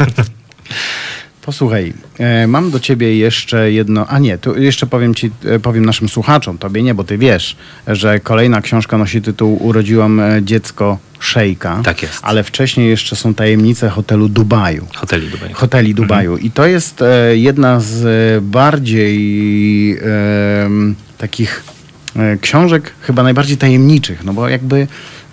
Posłuchaj, mam do ciebie jeszcze jedno... A nie, tu jeszcze powiem naszym słuchaczom, tobie nie, bo ty wiesz, że kolejna książka nosi tytuł Urodziłam dziecko szejka. Tak jest. Ale wcześniej jeszcze są tajemnice hotelu Dubaju. Hoteli Dubaju. I to jest jedna z bardziej takich książek, chyba najbardziej tajemniczych, no bo jakby...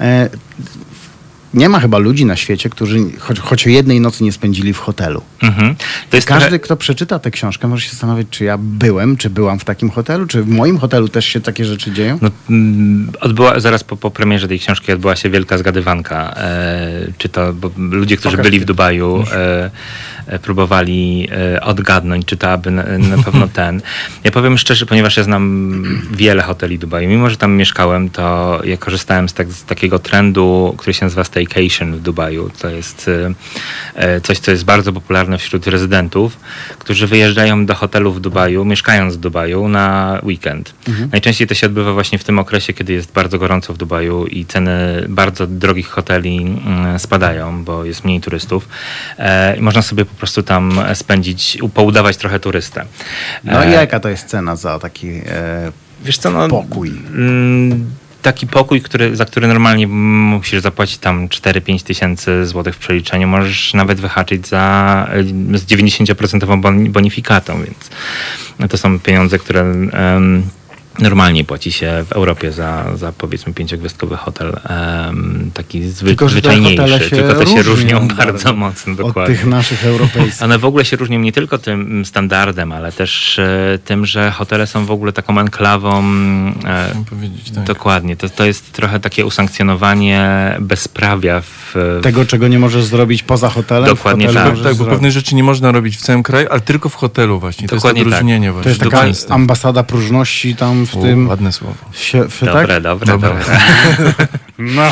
Nie ma chyba ludzi na świecie, którzy choć o jednej nocy nie spędzili w hotelu. To jest Każdy, kto przeczyta tę książkę, może się zastanowić, czy ja byłam w takim hotelu, czy w moim hotelu też się takie rzeczy dzieją? No, zaraz po premierze tej książki odbyła się wielka zgadywanka. Bo ludzie, którzy byli w Dubaju, próbowali odgadnąć, czy to aby na pewno ten. Ja powiem szczerze, ponieważ ja znam wiele hoteli Dubaju. Mimo że tam mieszkałem, to ja korzystałem z takiego trendu, który się nazywa staycation w Dubaju. To jest coś, co jest bardzo popularne wśród rezydentów, którzy wyjeżdżają do hotelu w Dubaju, mieszkając w Dubaju na weekend. Najczęściej to się odbywa właśnie w tym okresie, kiedy jest bardzo gorąco w Dubaju i ceny bardzo drogich hoteli spadają, bo jest mniej turystów. I można sobie po prostu tam spędzić, poudawać trochę turystę. No i jaka to jest cena za taki wiesz co, pokój? Taki pokój, za który normalnie musisz zapłacić tam 4-5 tysięcy złotych w przeliczeniu, możesz nawet wyhaczyć z 90% bonifikatą, więc to są pieniądze, które normalnie płaci się w Europie za powiedzmy 5-gwiazdkowy hotel, taki zwyczajniejszy. Tylko te się różnią bardzo mocno, dokładnie. Od tych naszych europejskich. One w ogóle się różnią nie tylko tym standardem, ale też tym, że hotele są w ogóle taką enklawą. Tak. Dokładnie. To jest trochę takie usankcjonowanie bezprawia. Tego, czego nie możesz zrobić poza hotelem. Dokładnie tak, bo pewnych rzeczy nie można robić w całym kraju, ale tylko w hotelu właśnie. Dokładnie to jest odróżnienie To jest taka ambasada próżności tam w tym... Ładne słowo. Dobre. No.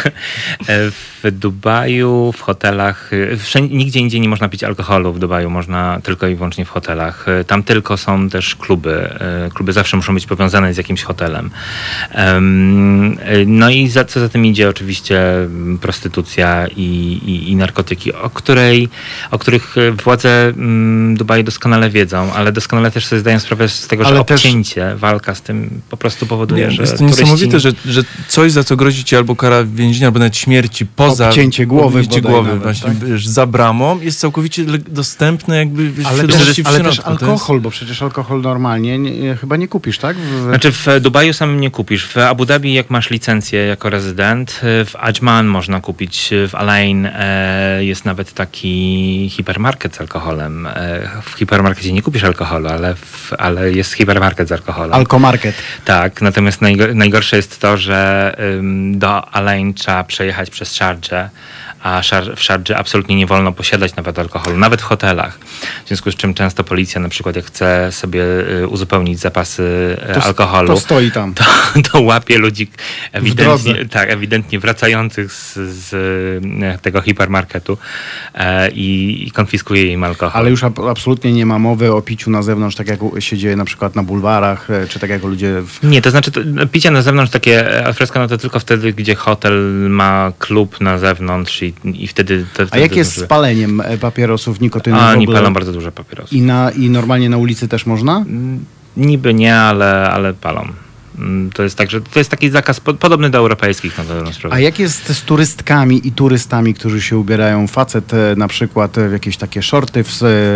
W Dubaju, w hotelach, nigdzie indziej nie można pić alkoholu w Dubaju, można tylko i wyłącznie w hotelach. Tam tylko są też kluby. Kluby zawsze muszą być powiązane z jakimś hotelem. No i co za tym idzie oczywiście prostytucja i narkotyki, o których władze Dubaju doskonale wiedzą, ale doskonale też sobie zdają sprawę z tego, że obcięcie, walka z tym po prostu powoduje, że jest to niesamowite, że coś, za co grozi ci albo kara więzienia, albo nawet śmierci, poza obcięcie głowy nawet, właśnie, tak? Wiesz, za bramą, jest całkowicie dostępne jakby ale też alkohol, bo przecież alkohol normalnie chyba nie kupisz, tak? Znaczy w Dubaju samym nie kupisz. W Abu Dhabi, jak masz licencję jako rezydent, w Ajman można kupić, w Alain jest nawet taki hipermarket z alkoholem. W hipermarkecie nie kupisz alkoholu, ale jest hipermarket z alkoholem. Alkomarket. Tak, natomiast najgorsze jest to, że do Alain trzeba przejechać przez Sharjah, a w Sharjah absolutnie nie wolno posiadać nawet alkoholu, nawet w hotelach. W związku z czym często policja na przykład jak chce sobie uzupełnić zapasy alkoholu, to stoi tam. To łapie ludzi ewidentnie wracających z tego hipermarketu i konfiskuje im alkohol. Ale już absolutnie nie ma mowy o piciu na zewnątrz, tak jak się dzieje na przykład na bulwarach, czy tak jak ludzie... Nie, to znaczy picie na zewnątrz takie al fresco, no to tylko wtedy, gdzie hotel ma klub na zewnątrz i i wtedy... A jak jest z paleniem papierosów nikotynowych? Oni palą bardzo dużo papierosów. I normalnie na ulicy też można? Niby nie, ale palą. To jest tak, że to jest taki zakaz podobny do europejskich na dobrą sprawę. A jak jest z turystkami i turystami, którzy się ubierają? Facet na przykład w jakieś takie shorty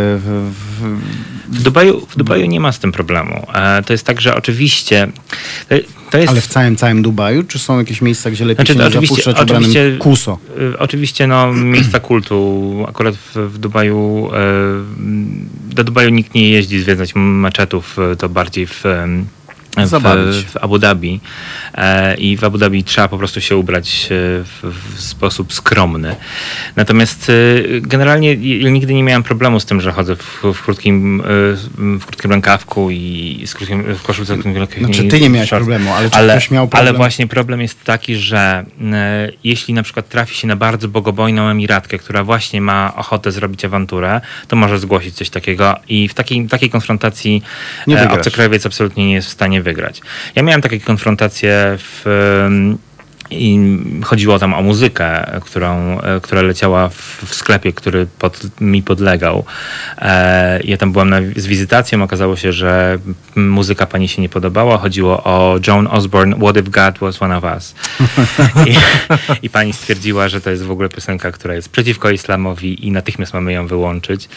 W Dubaju nie ma z tym problemu. To jest tak, że oczywiście... To jest... Ale w całym Dubaju? Czy są jakieś miejsca, gdzie lepiej się nie zapuszczać ubranym kuso? Oczywiście miejsca kultu. Akurat w Dubaju... Do Dubaju nikt nie jeździ zwiedzać meczetów, to bardziej w Abu Dhabi i w Abu Dhabi trzeba po prostu się ubrać w sposób skromny. Natomiast generalnie ja nigdy nie miałem problemu z tym, że chodzę w krótkim rękawku i w koszulce. Znaczy ty nie miałeś problemu, ale czy ktoś miał problem? Ale właśnie problem jest taki, że jeśli na przykład trafi się na bardzo bogobojną emiratkę, która właśnie ma ochotę zrobić awanturę, to może zgłosić coś takiego i w takiej konfrontacji obcokrajowiec absolutnie nie jest w stanie wygrać. Ja miałem takie konfrontacje i chodziło tam o muzykę, która leciała w sklepie, który mi podlegał. Ja tam byłem z wizytacją, okazało się, że muzyka pani się nie podobała. Chodziło o Joan Osborne, What If God Was One of Us. I pani stwierdziła, że to jest w ogóle piosenka, która jest przeciwko islamowi i natychmiast mamy ją wyłączyć.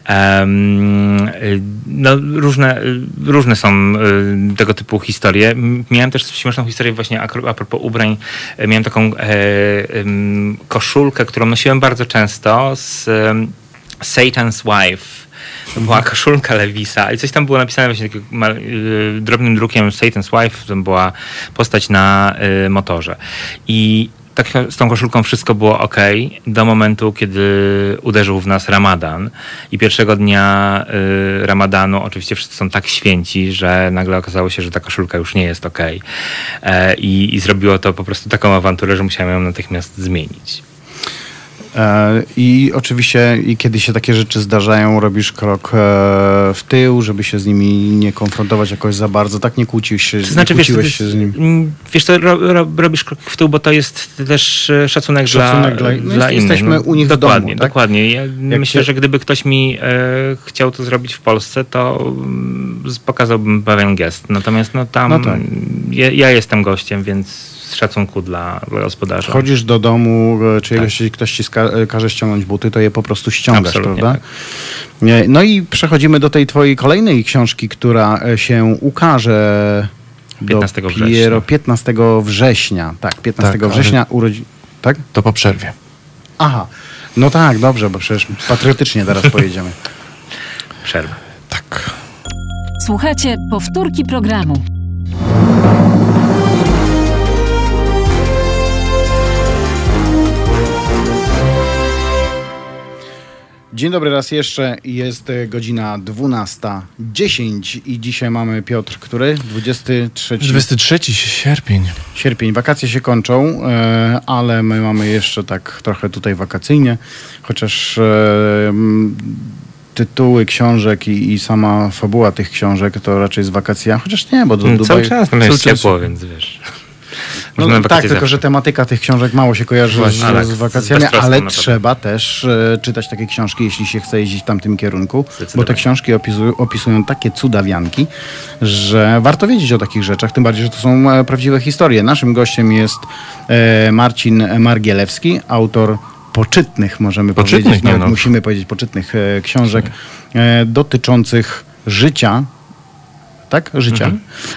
No, różne są tego typu historie. Miałem też śmieszną historię właśnie a propos ubrań. Miałem taką koszulkę, którą nosiłem bardzo często z Satan's Wife. To była koszulka Lewisa i coś tam było napisane właśnie takim drobnym drukiem Satan's Wife. To była postać na motorze. I tak z tą koszulką wszystko było ok, do momentu, kiedy uderzył w nas Ramadan i pierwszego dnia Ramadanu oczywiście wszyscy są tak święci, że nagle okazało się, że ta koszulka już nie jest ok. I zrobiło to po prostu taką awanturę, że musiałem ją natychmiast zmienić. I oczywiście, kiedy się takie rzeczy zdarzają, robisz krok w tył, żeby się z nimi nie konfrontować jakoś za bardzo, tak? Nie kłóciłeś się, kłóciłeś się z nim. Wiesz co, robisz krok w tył, bo to jest też szacunek dla innych. Jesteśmy u nich dokładnie, w domu, tak? Dokładnie. Ja myślę, że gdyby ktoś mi chciał to zrobić w Polsce, to pokazałbym pewien gest. Natomiast tam tak. Ja jestem gościem, więc z szacunku dla gospodarza. Chodzisz do domu, czy jeśli ktoś ci każe ściągnąć buty, to je po prostu ściągasz, absolutnie, prawda? Tak. No i przechodzimy do tej twojej kolejnej książki, która się ukaże 15 września. Tak, 15 września urodzin. Tak? To po przerwie. Aha. No tak, dobrze, bo przecież patriotycznie teraz pojedziemy. Przerwa. Tak. Słuchajcie powtórki programu. Dzień dobry raz jeszcze. Jest godzina 12:10 i dzisiaj mamy, Piotr, który? 23 sierpień. Sierpień. Wakacje się kończą, ale my mamy jeszcze tak trochę tutaj wakacyjnie, chociaż tytuły książek i sama fabuła tych książek to raczej z wakacji, chociaż nie, bo do Dubaju... Cały czas jest ciepło, więc wiesz... No, tak, tylko że tematyka tych książek mało się kojarzy z wakacjami, ale trzeba też czytać takie książki, jeśli się chce jeździć w tamtym kierunku, bo te książki opisują takie cudawianki, że warto wiedzieć o takich rzeczach, tym bardziej, że to są prawdziwe historie. Naszym gościem jest Marcin Margielewski, autor poczytnych, możemy powiedzieć, musimy powiedzieć poczytnych książek dotyczących życia, tak? Życia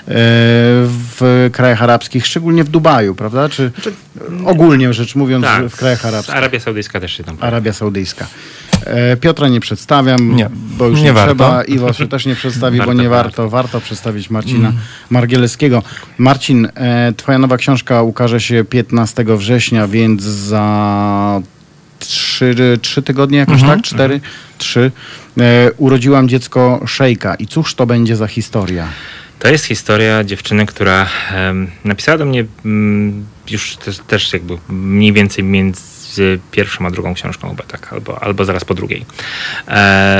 w krajach arabskich, szczególnie w Dubaju, prawda? Czy ogólnie rzecz mówiąc, tak, w krajach arabskich. Arabia Saudyjska też się tam pojawia. Arabia Saudyjska. Piotra nie przedstawiam, bo już nie trzeba. Iwo się też nie przedstawi, bo nie warto. Warto przedstawić Marcina Margielewskiego. Marcin, twoja nowa książka ukaże się 15 września, więc za 3 tygodnie jakoś, tak? 3. Urodziłam dziecko szejka. I cóż to będzie za historia? To jest historia dziewczyny, która napisała do mnie już też jakby mniej więcej między pierwszą a drugą książką chyba tak, albo zaraz po drugiej.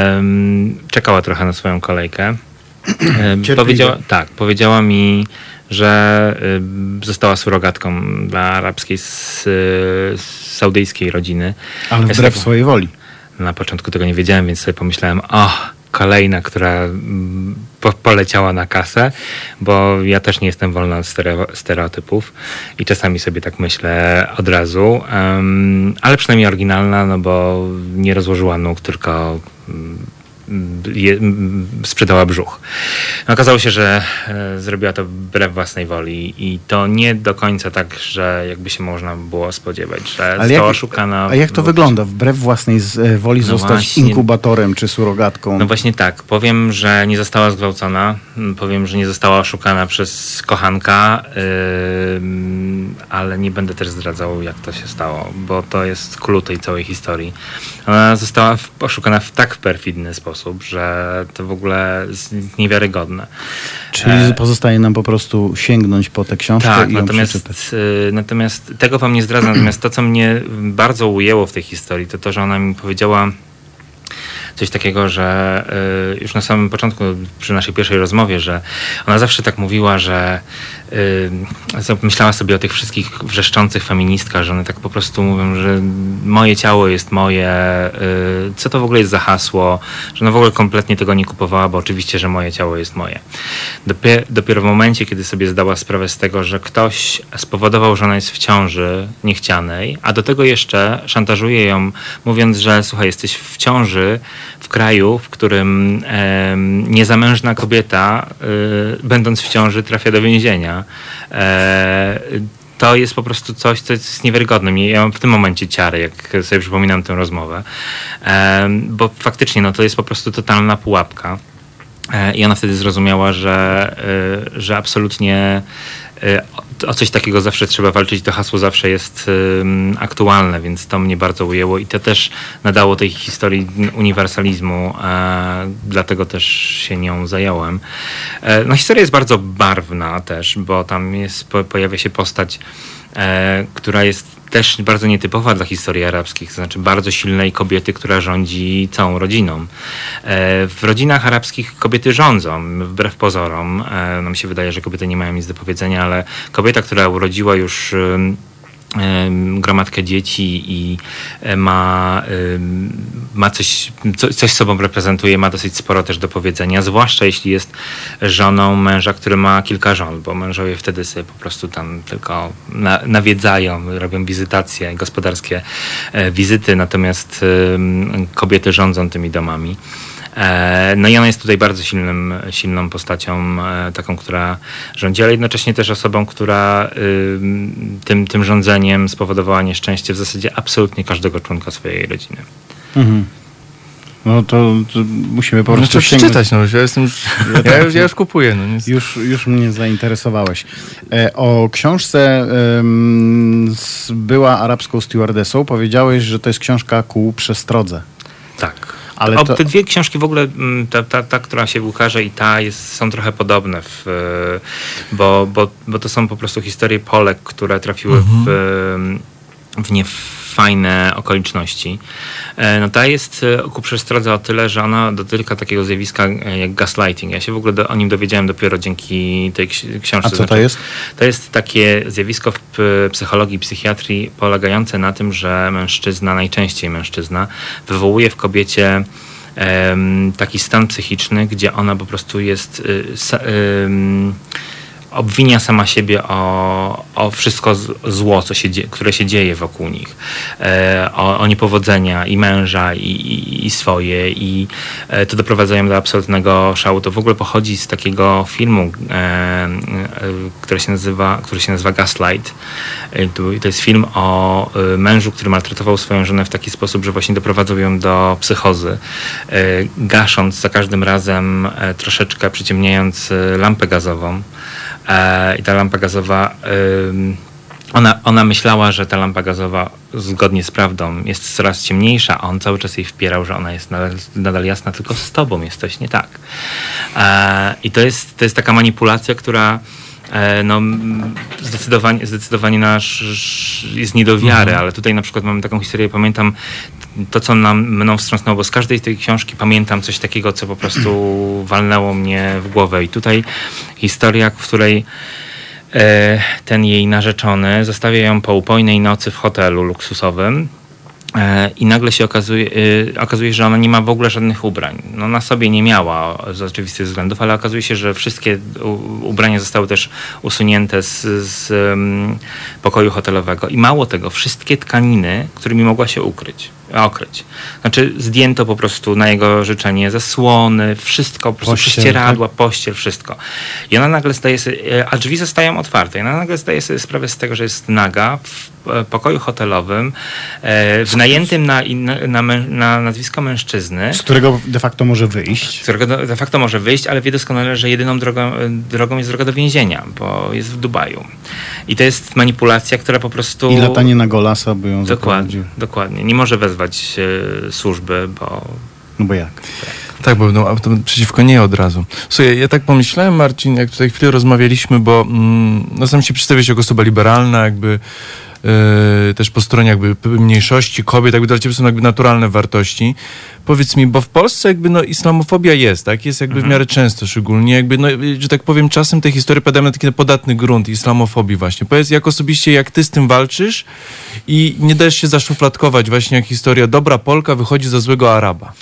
Czekała trochę na swoją kolejkę. Powiedziała mi, że została surogatką dla arabskiej, saudyjskiej rodziny. Ale wbrew swojej woli. Na początku tego nie wiedziałem, więc sobie pomyślałem, kolejna, która poleciała na kasę, bo ja też nie jestem wolna od stereotypów i czasami sobie tak myślę od razu, ale przynajmniej oryginalna, no bo nie rozłożyła nóg, tylko sprzedała brzuch. No, okazało się, że zrobiła to wbrew własnej woli i to nie do końca tak, że jakby się można było spodziewać, że została oszukana. A jak to wygląda? Wbrew własnej woli zostać właśnie inkubatorem czy surogatką? No właśnie tak. Powiem, że nie została zgwałcona. Powiem, że nie została oszukana przez kochanka, ale nie będę też zdradzał, jak to się stało, bo to jest klucz tej całej historii. Ona została oszukana w tak perfidny sposób, że to w ogóle jest niewiarygodne. Czyli pozostaje nam po prostu sięgnąć po tę książkę i ją przeczytać. Natomiast tego wam nie zdradzam. Natomiast to, co mnie bardzo ujęło w tej historii, to to, że ona mi powiedziała coś takiego, że już na samym początku, przy naszej pierwszej rozmowie, że ona zawsze tak mówiła, że myślała sobie o tych wszystkich wrzeszczących feministkach, że one tak po prostu mówią, że moje ciało jest moje, co to w ogóle jest za hasło, że ona w ogóle kompletnie tego nie kupowała, bo oczywiście, że moje ciało jest moje. Dopiero w momencie, kiedy sobie zdała sprawę z tego, że ktoś spowodował, że ona jest w ciąży niechcianej, a do tego jeszcze szantażuje ją, mówiąc, że słuchaj, jesteś w ciąży w kraju, w którym niezamężna kobieta, będąc w ciąży, trafia do więzienia. To jest po prostu coś, co jest niewiarygodne. Ja mam w tym momencie ciary, jak sobie przypominam tę rozmowę. Bo faktycznie to jest po prostu totalna pułapka. I ona wtedy zrozumiała, że absolutnie o coś takiego zawsze trzeba walczyć. To hasło zawsze jest aktualne, więc to mnie bardzo ujęło i to też nadało tej historii uniwersalizmu, dlatego też się nią zająłem. No, historia jest bardzo barwna też, bo tam pojawia się postać, która jest też bardzo nietypowa dla historii arabskich, to znaczy bardzo silnej kobiety, która rządzi całą rodziną. W rodzinach arabskich kobiety rządzą, wbrew pozorom. Nam się wydaje, że kobiety nie mają nic do powiedzenia, ale kobieta, która urodziła już gromadkę dzieci i ma coś sobą reprezentuje, ma dosyć sporo też do powiedzenia, zwłaszcza jeśli jest żoną męża, który ma kilka żon, bo mężowie wtedy sobie po prostu tam tylko nawiedzają, robią wizytacje, gospodarskie wizyty, natomiast kobiety rządzą tymi domami. No i ona jest tutaj bardzo silną postacią, taką, która rządzi, ale jednocześnie też osobą, która tym rządzeniem spowodowała nieszczęście w zasadzie absolutnie każdego członka swojej rodziny. Mhm. No to musimy po prostu przeczytać. No, ja już kupuję. No, już mnie zainteresowałeś. O książce była arabską stewardessą. Powiedziałeś, że to jest książka ku przestrodze. Tak. Ale te dwie książki w ogóle, ta która się ukaże i ta są trochę podobne, bo to są po prostu historie Polek, które trafiły w niefajne okoliksiąści. No ta jest ku przestrodze o tyle, że ona dotyka takiego zjawiska jak gaslighting. Ja się w ogóle o nim dowiedziałem dopiero dzięki tej książce. A co to jest? To jest takie zjawisko w psychologii i psychiatrii polegające na tym, że najczęściej mężczyzna, wywołuje w kobiecie taki stan psychiczny, gdzie ona po prostu jest obwinia sama siebie o wszystko zło, które się dzieje wokół nich. O niepowodzenia i męża, i swoje. I to doprowadzają do absolutnego szału. To w ogóle pochodzi z takiego filmu, który się nazywa Gaslight. To jest film o mężu, który maltretował swoją żonę w taki sposób, że właśnie doprowadzał ją do psychozy, gasząc za każdym razem troszeczkę, przyciemniając lampę gazową. I ta lampa gazowa, ona myślała, że ta lampa gazowa zgodnie z prawdą jest coraz ciemniejsza, a on cały czas jej wpierał, że ona jest nadal jasna, tylko z tobą jest coś nie tak. I to jest taka manipulacja, która zdecydowanie jest nie do wiary, ale tutaj na przykład mamy taką historię, pamiętam to, co mną wstrząsnęło, bo z każdej tej książki pamiętam coś takiego, co po prostu walnęło mnie w głowę. I tutaj historia, w której ten jej narzeczony zostawia ją po upojnej nocy w hotelu luksusowym. I nagle się okazuje, że ona nie ma w ogóle żadnych ubrań. No, na sobie nie miała z oczywistych względów, ale okazuje się, że wszystkie ubrania zostały też usunięte z pokoju hotelowego. I mało tego, wszystkie tkaniny, którymi mogła się okryć. Znaczy zdjęto po prostu na jego życzenie zasłony, wszystko, po prostu prześcieradła, pościel, wszystko. I ona nagle zdaje sobie, a drzwi zostają otwarte. I ona nagle zdaje sobie sprawę z tego, że jest naga w pokoju hotelowym, wynajętym na nazwisko mężczyzny. Z którego de facto może wyjść. Ale wie doskonale, że jedyną drogą jest droga do więzienia, bo jest w Dubaju. I to jest manipulacja, która po prostu... I latanie na golasa by ją zaprowadził. Dokładnie. Nie może wezwać służby, bo... No bo jak? Tak, bo no, to przeciwko niej od razu. Słuchaj, ja tak pomyślałem, Marcin, jak tutaj chwilę rozmawialiśmy, bo sam się przedstawiać jako osoba liberalna, jakby też po stronie jakby mniejszości, kobiet, jakby dla ciebie są jakby naturalne wartości. Powiedz mi, bo w Polsce jakby no islamofobia jest, tak? Jest jakby w miarę często, szczególnie jakby, no, że tak powiem, czasem te historie padają na taki podatny grunt islamofobii właśnie. Powiedz, jak osobiście, jak ty z tym walczysz i nie dajesz się zaszufladkować właśnie jak historia dobra Polka wychodzi za złego Araba.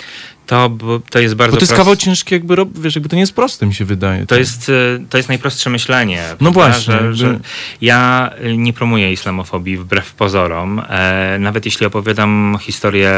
To jest bardzo Bo to jest kawał ciężki, jakby, wiesz, jakby to nie jest proste, mi się wydaje. To jest najprostsze myślenie. No właśnie. Że ja nie promuję islamofobii wbrew pozorom. Nawet jeśli opowiadam historię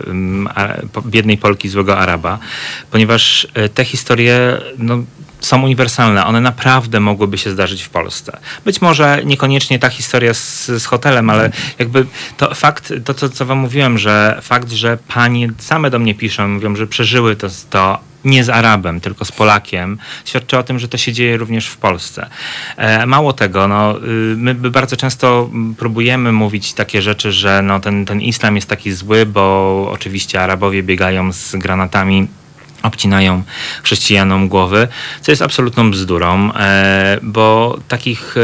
biednej Polki, złego Araba, ponieważ te historie są uniwersalne. One naprawdę mogłyby się zdarzyć w Polsce. Być może niekoniecznie ta historia z hotelem, ale jakby to fakt, co wam mówiłem, że fakt, że panie same do mnie piszą, mówią, że przeżyły to nie z Arabem, tylko z Polakiem, świadczy o tym, że to się dzieje również w Polsce. Mało tego, my bardzo często próbujemy mówić takie rzeczy, że ten islam jest taki zły, bo oczywiście Arabowie biegają z granatami, obcinają chrześcijanom głowy, co jest absolutną bzdurą, bo takich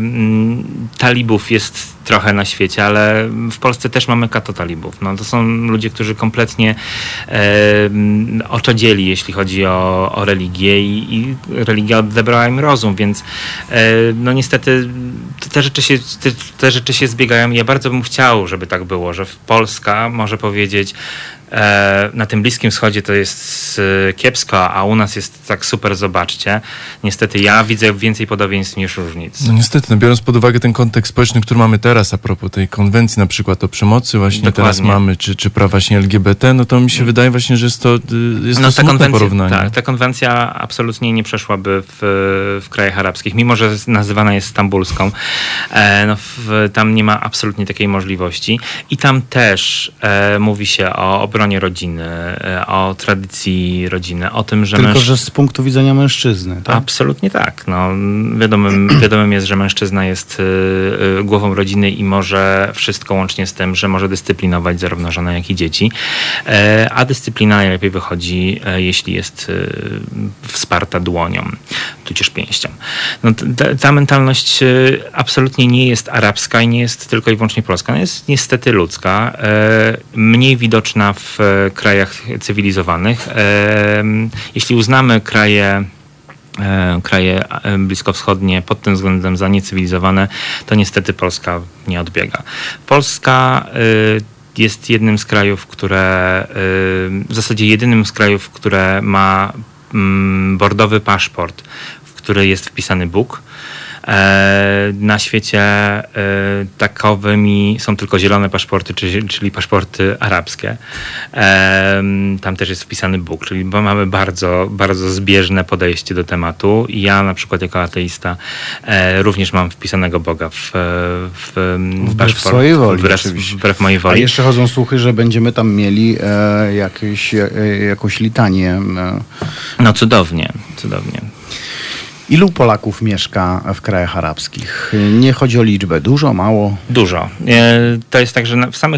talibów jest trochę na świecie, ale w Polsce też mamy katotalibów. To są ludzie, którzy kompletnie oczadzieli, jeśli chodzi o religię i religia odebrała im rozum, więc niestety te rzeczy się zbiegają. Ja bardzo bym chciał, żeby tak było, że Polska może powiedzieć, na tym Bliskim Wschodzie to jest kiepsko, a u nas jest tak super, zobaczcie. Niestety ja widzę więcej podobieństw niż różnic. No niestety, biorąc pod uwagę ten kontekst społeczny, który mamy teraz, a propos tej konwencji na przykład o przemocy właśnie Dokładnie. Teraz mamy, czy praw właśnie LGBT, to mi się wydaje właśnie, że jest to smutne porównanie. Tak, ta konwencja absolutnie nie przeszłaby w krajach arabskich, mimo że nazywana jest stambulską. Tam nie ma absolutnie takiej możliwości. I tam też mówi się o obronie rodziny, o tradycji rodziny, o tym, że że z punktu widzenia mężczyzny, tak? Absolutnie tak. Wiadomym jest, że mężczyzna jest głową rodziny i może wszystko łącznie z tym, że może dyscyplinować zarówno żonę, jak i dzieci. A dyscyplina najlepiej wychodzi, jeśli jest wsparta dłonią, tudzież pięścią. Ta mentalność absolutnie nie jest arabska i nie jest tylko i wyłącznie polska. Ona jest niestety ludzka, mniej widoczna w krajach cywilizowanych. Jeśli uznamy kraje bliskowschodnie pod tym względem za niecywilizowane, to niestety Polska nie odbiega. Polska jest jednym z krajów, w zasadzie jedynym z krajów, które ma bordowy paszport, w który jest wpisany Bóg. Na świecie takowymi są tylko zielone paszporty, czyli paszporty arabskie. Tam też jest wpisany Bóg, czyli mamy bardzo, bardzo zbieżne podejście do tematu. Ja na przykład jako ateista również mam wpisanego Boga w wbrew swojej woli. Wbrew mojej woli. A jeszcze chodzą słuchy, że będziemy tam mieli jakąś litanię. Cudownie. Ilu Polaków mieszka w krajach arabskich? Nie chodzi o liczbę. Dużo, mało? Dużo. To jest tak, że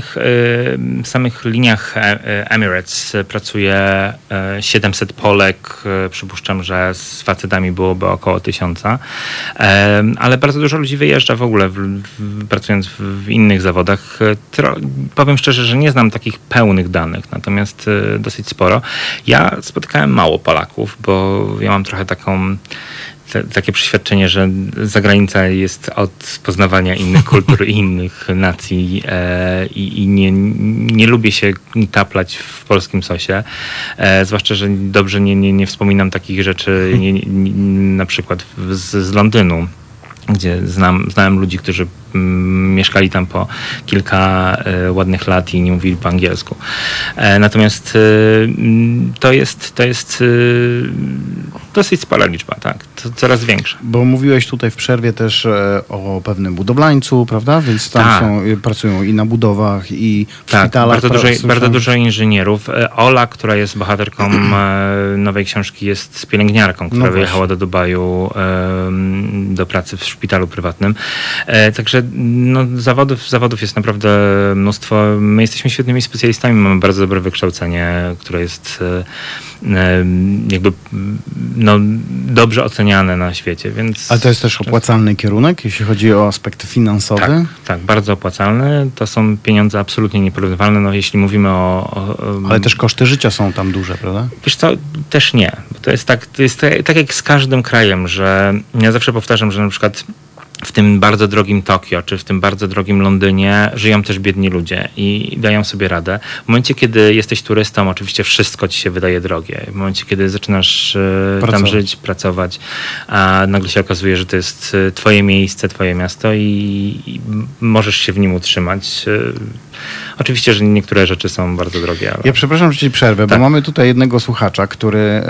w samych liniach Emirates pracuje 700 Polek. Przypuszczam, że z facetami byłoby około 1000. Ale bardzo dużo ludzi wyjeżdża w ogóle, pracując w innych zawodach. Powiem szczerze, że nie znam takich pełnych danych, natomiast dosyć sporo. Ja spotykałem mało Polaków, bo ja mam trochę taką takie przeświadczenie, że zagranica jest od poznawania innych kultur i innych nacji i nie lubię się taplać w polskim sosie, zwłaszcza, że dobrze nie wspominam takich rzeczy na przykład z Londynu, gdzie znałem ludzi, którzy mieszkali tam po kilka ładnych lat i nie mówili po angielsku. Natomiast to jest dosyć spora liczba, tak. To coraz większa. Bo mówiłeś tutaj w przerwie też o pewnym budowlańcu, prawda? Więc tam pracują i na budowach, i w szpitalach. Bardzo dużo inżynierów. Ola, która jest bohaterką nowej książki, jest pielęgniarką, która wyjechała do Dubaju do pracy w szpitalu prywatnym. Także zawodów jest naprawdę mnóstwo. My jesteśmy świetnymi specjalistami, mamy bardzo dobre wykształcenie, które jest jakby dobrze oceniane na świecie, więc... Ale to jest też opłacalny kierunek, jeśli chodzi o aspekt finansowy? Tak, bardzo opłacalny. To są pieniądze absolutnie nieporównywalne, jeśli mówimy Ale też koszty życia są tam duże, prawda? Wiesz co, też nie. Bo to jest tak jak z każdym krajem, że ja zawsze powtarzam, że na przykład w tym bardzo drogim Tokio, czy w tym bardzo drogim Londynie żyją też biedni ludzie i dają sobie radę. W momencie, kiedy jesteś turystą, oczywiście wszystko ci się wydaje drogie. W momencie, kiedy zaczynasz tam żyć, pracować, a nagle się okazuje, że to jest twoje miejsce, twoje miasto i możesz się w nim utrzymać. Oczywiście, że niektóre rzeczy są bardzo drogie. Ale... Ja przepraszam, że ci przerwę, bo mamy tutaj jednego słuchacza, który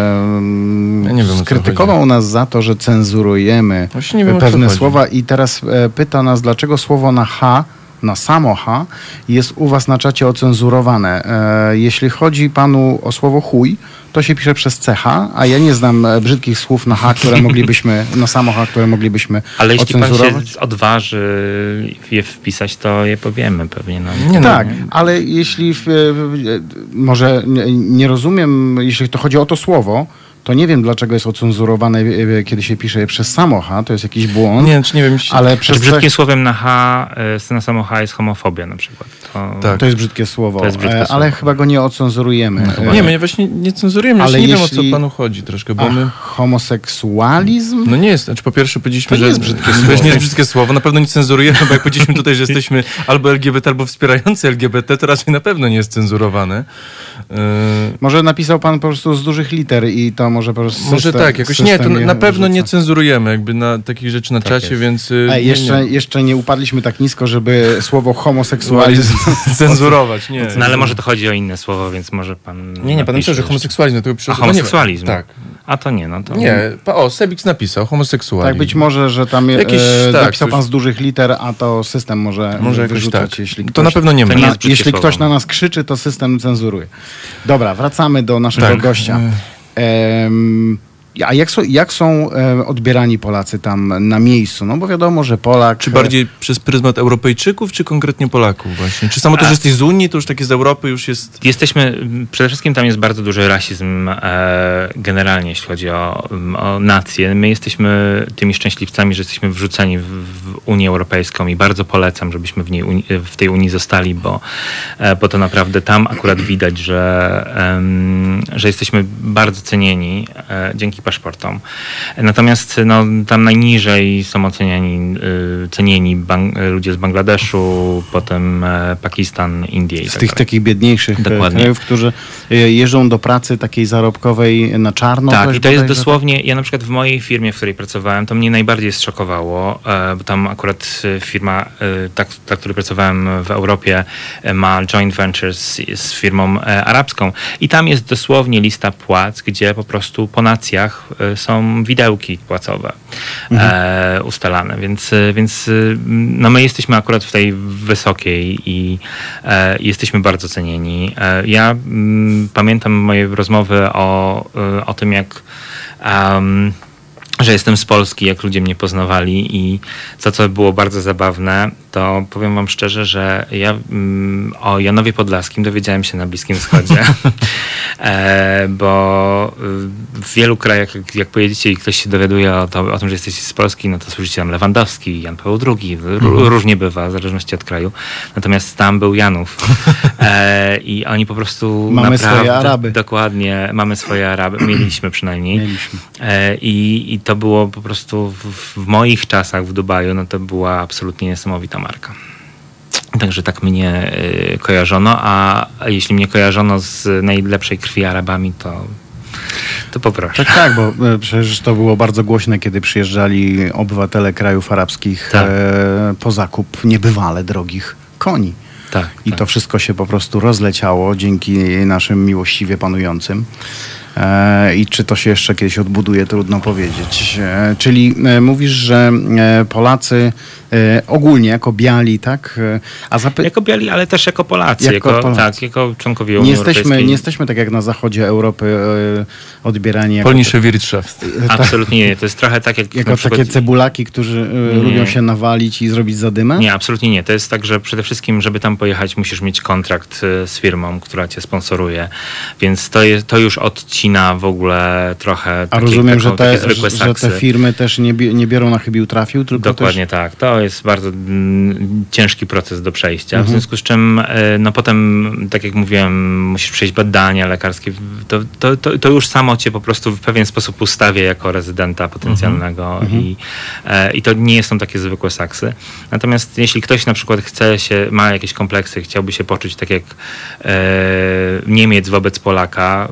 skrytykował nas za to, że cenzurujemy pewne słowa i teraz pyta nas, dlaczego słowo na H, na samo H, jest u was na czacie ocenzurowane. Jeśli chodzi panu o słowo chuj, to się pisze przez CH, a ja nie znam brzydkich słów na H, które moglibyśmy, na samo H, które moglibyśmy ale jeśli ocenzurować. pan się odważy je wpisać, to je powiemy pewnie. Ale jeśli może nie rozumiem, jeśli to chodzi o to słowo, to nie wiem, dlaczego jest ocenzurowane, kiedy się pisze je przez samo H, to jest jakiś błąd. Nie wiem. Ale przez brzydkim słowem na H, na samo H jest homofobia na przykład. To jest brzydkie słowo, ale chyba go nie ocenzurujemy. My właśnie nie cenzurujemy, ale nie wiem, o co panu chodzi troszkę, bo my... Homoseksualizm? No nie jest, znaczy po pierwsze powiedzieliśmy, to że nie jest brzydkie słowo. Nie jest brzydkie słowo, na pewno nie cenzurujemy, bo jak powiedzieliśmy tutaj, że jesteśmy albo LGBT, albo wspierający LGBT, to raczej na pewno nie jest cenzurowane. Może napisał pan po prostu z dużych liter i to może po prostu może tak, jakoś nie, to na pewno nie cenzurujemy jakby na takich rzeczy na czacie, jest. Więc... Jeszcze nie upadliśmy tak nisko, żeby słowo homoseksualizm cenzurować, nie. No ale może to chodzi o inne słowo, więc może pan... Nie, pan myślał, że homoseksualizm. Homoseksualizm. Tak. A to nie, no to... Nie, Sebix napisał homoseksualizm. Tak, być może, że tam napisał pan z dużych liter, a to system może wyrzucać, tak. jeśli ktoś... To na pewno nie ma. Jeśli ktoś na nas krzyczy, to system cenzuruje. Dobra, wracamy do naszego gościa. A jak są odbierani Polacy tam na miejscu? No bo wiadomo, że Polak... Czy bardziej przez pryzmat Europejczyków, czy konkretnie Polaków właśnie? Czy samo to, że jesteś z Unii, to już takie z Europy już jest... Przede wszystkim tam jest bardzo duży rasizm generalnie, jeśli chodzi o nację. My jesteśmy tymi szczęśliwcami, że jesteśmy wrzuceni w Unię Europejską i bardzo polecam, żebyśmy w tej Unii zostali, bo to naprawdę tam akurat widać, że jesteśmy bardzo cenieni dzięki paszportom. Natomiast tam najniżej są cenieni ludzie z Bangladeszu, potem Pakistan, Indie i z tych takich biedniejszych krajów, którzy jeżdżą do pracy takiej zarobkowej na czarno. Tak, i to jest dosłownie, ja na przykład w mojej firmie, w której pracowałem, to mnie najbardziej zszokowało, bo tam akurat firma, ta której pracowałem w Europie, ma joint ventures z firmą arabską i tam jest dosłownie lista płac, gdzie po prostu po nacjach są widełki płacowe ustalane, więc my jesteśmy akurat w tej wysokiej i jesteśmy bardzo cenieni. Ja pamiętam moje rozmowy o tym, jak że jestem z Polski, jak ludzie mnie poznawali i to, co było bardzo zabawne, to powiem wam szczerze, że ja o Janowie Podlaskim dowiedziałem się na Bliskim Wschodzie, bo w wielu krajach, jak pojedziecie i ktoś się dowiaduje o tym, że jesteście z Polski, no to słyszycie tam Lewandowski, Jan Paweł II, różnie bywa, w zależności od kraju. Natomiast tam był Janów i oni po prostu mamy naprawdę... swoje Araby. Dokładnie, mamy swoje Araby, mieliśmy przynajmniej. I to było po prostu w moich czasach w Dubaju, no to była absolutnie niesamowita marka. Także tak mnie kojarzono, a jeśli mnie kojarzono z najlepszej krwi Arabami, to poproszę. Tak, bo przecież to było bardzo głośne, kiedy przyjeżdżali obywatele krajów arabskich po zakup niebywale drogich koni. Tak, I to wszystko się po prostu rozleciało dzięki naszym miłościwie panującym. I czy to się jeszcze kiedyś odbuduje, trudno powiedzieć. Czyli mówisz, że Polacy ogólnie jako biali, tak? Jako biali, ale też jako Polacy. Jako członkowie Unii Europejskiej. Nie jesteśmy tak jak na zachodzie Europy odbierani jako... Polnische Wirtschaft. Absolutnie nie. To jest trochę tak jak... Jako takie cebulaki, którzy lubią się nawalić i zrobić zadymę? Nie, absolutnie nie. To jest tak, że przede wszystkim, żeby tam pojechać, musisz mieć kontrakt z firmą, która cię sponsoruje. Więc to już odcina w ogóle trochę... A rozumiem, że te firmy też nie biorą na chybił trafił, tylko dokładnie tak. To jest bardzo ciężki proces do przejścia. W związku z czym no potem, tak jak mówiłem, musisz przejść badania lekarskie. To już samo cię po prostu w pewien sposób ustawia jako rezydenta potencjalnego i to nie są takie zwykłe saksy. Natomiast jeśli ktoś na przykład ma jakieś kompleksy, chciałby się poczuć tak jak Niemiec wobec Polaka,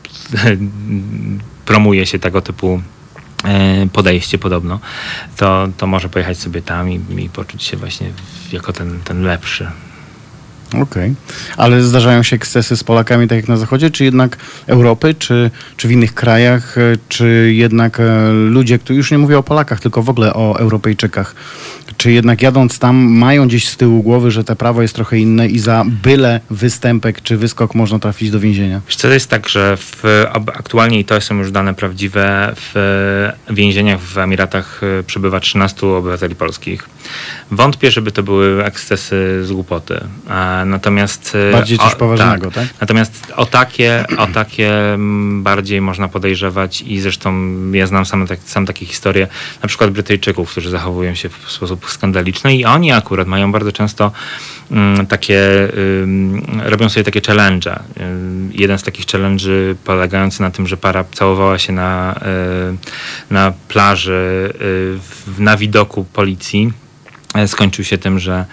promuje się tego typu podejście podobno, to może pojechać sobie tam i poczuć się właśnie jako ten lepszy. Okej. Ale zdarzają się ekscesy z Polakami tak jak na Zachodzie, czy jednak Europy, czy w innych krajach, czy jednak ludzie, którzy już nie mówię o Polakach, tylko w ogóle o Europejczykach, czy jednak jadąc tam mają gdzieś z tyłu głowy, że te prawo jest trochę inne i za byle występek czy wyskok można trafić do więzienia? Wiesz co, to jest tak, że aktualnie, i to są już dane prawdziwe, w więzieniach w Emiratach przebywa 13 obywateli polskich. Wątpię, żeby to były ekscesy z głupoty. Natomiast... Bardziej coś poważnego, tak? Natomiast o takie bardziej można podejrzewać i zresztą ja znam sam takie historie, na przykład Brytyjczyków, którzy zachowują się w sposób skandaliczny i oni akurat mają bardzo często robią sobie takie challenge. Jeden z takich challenge'y polegający na tym, że para całowała się na plaży na widoku policji. Skończył się tym, że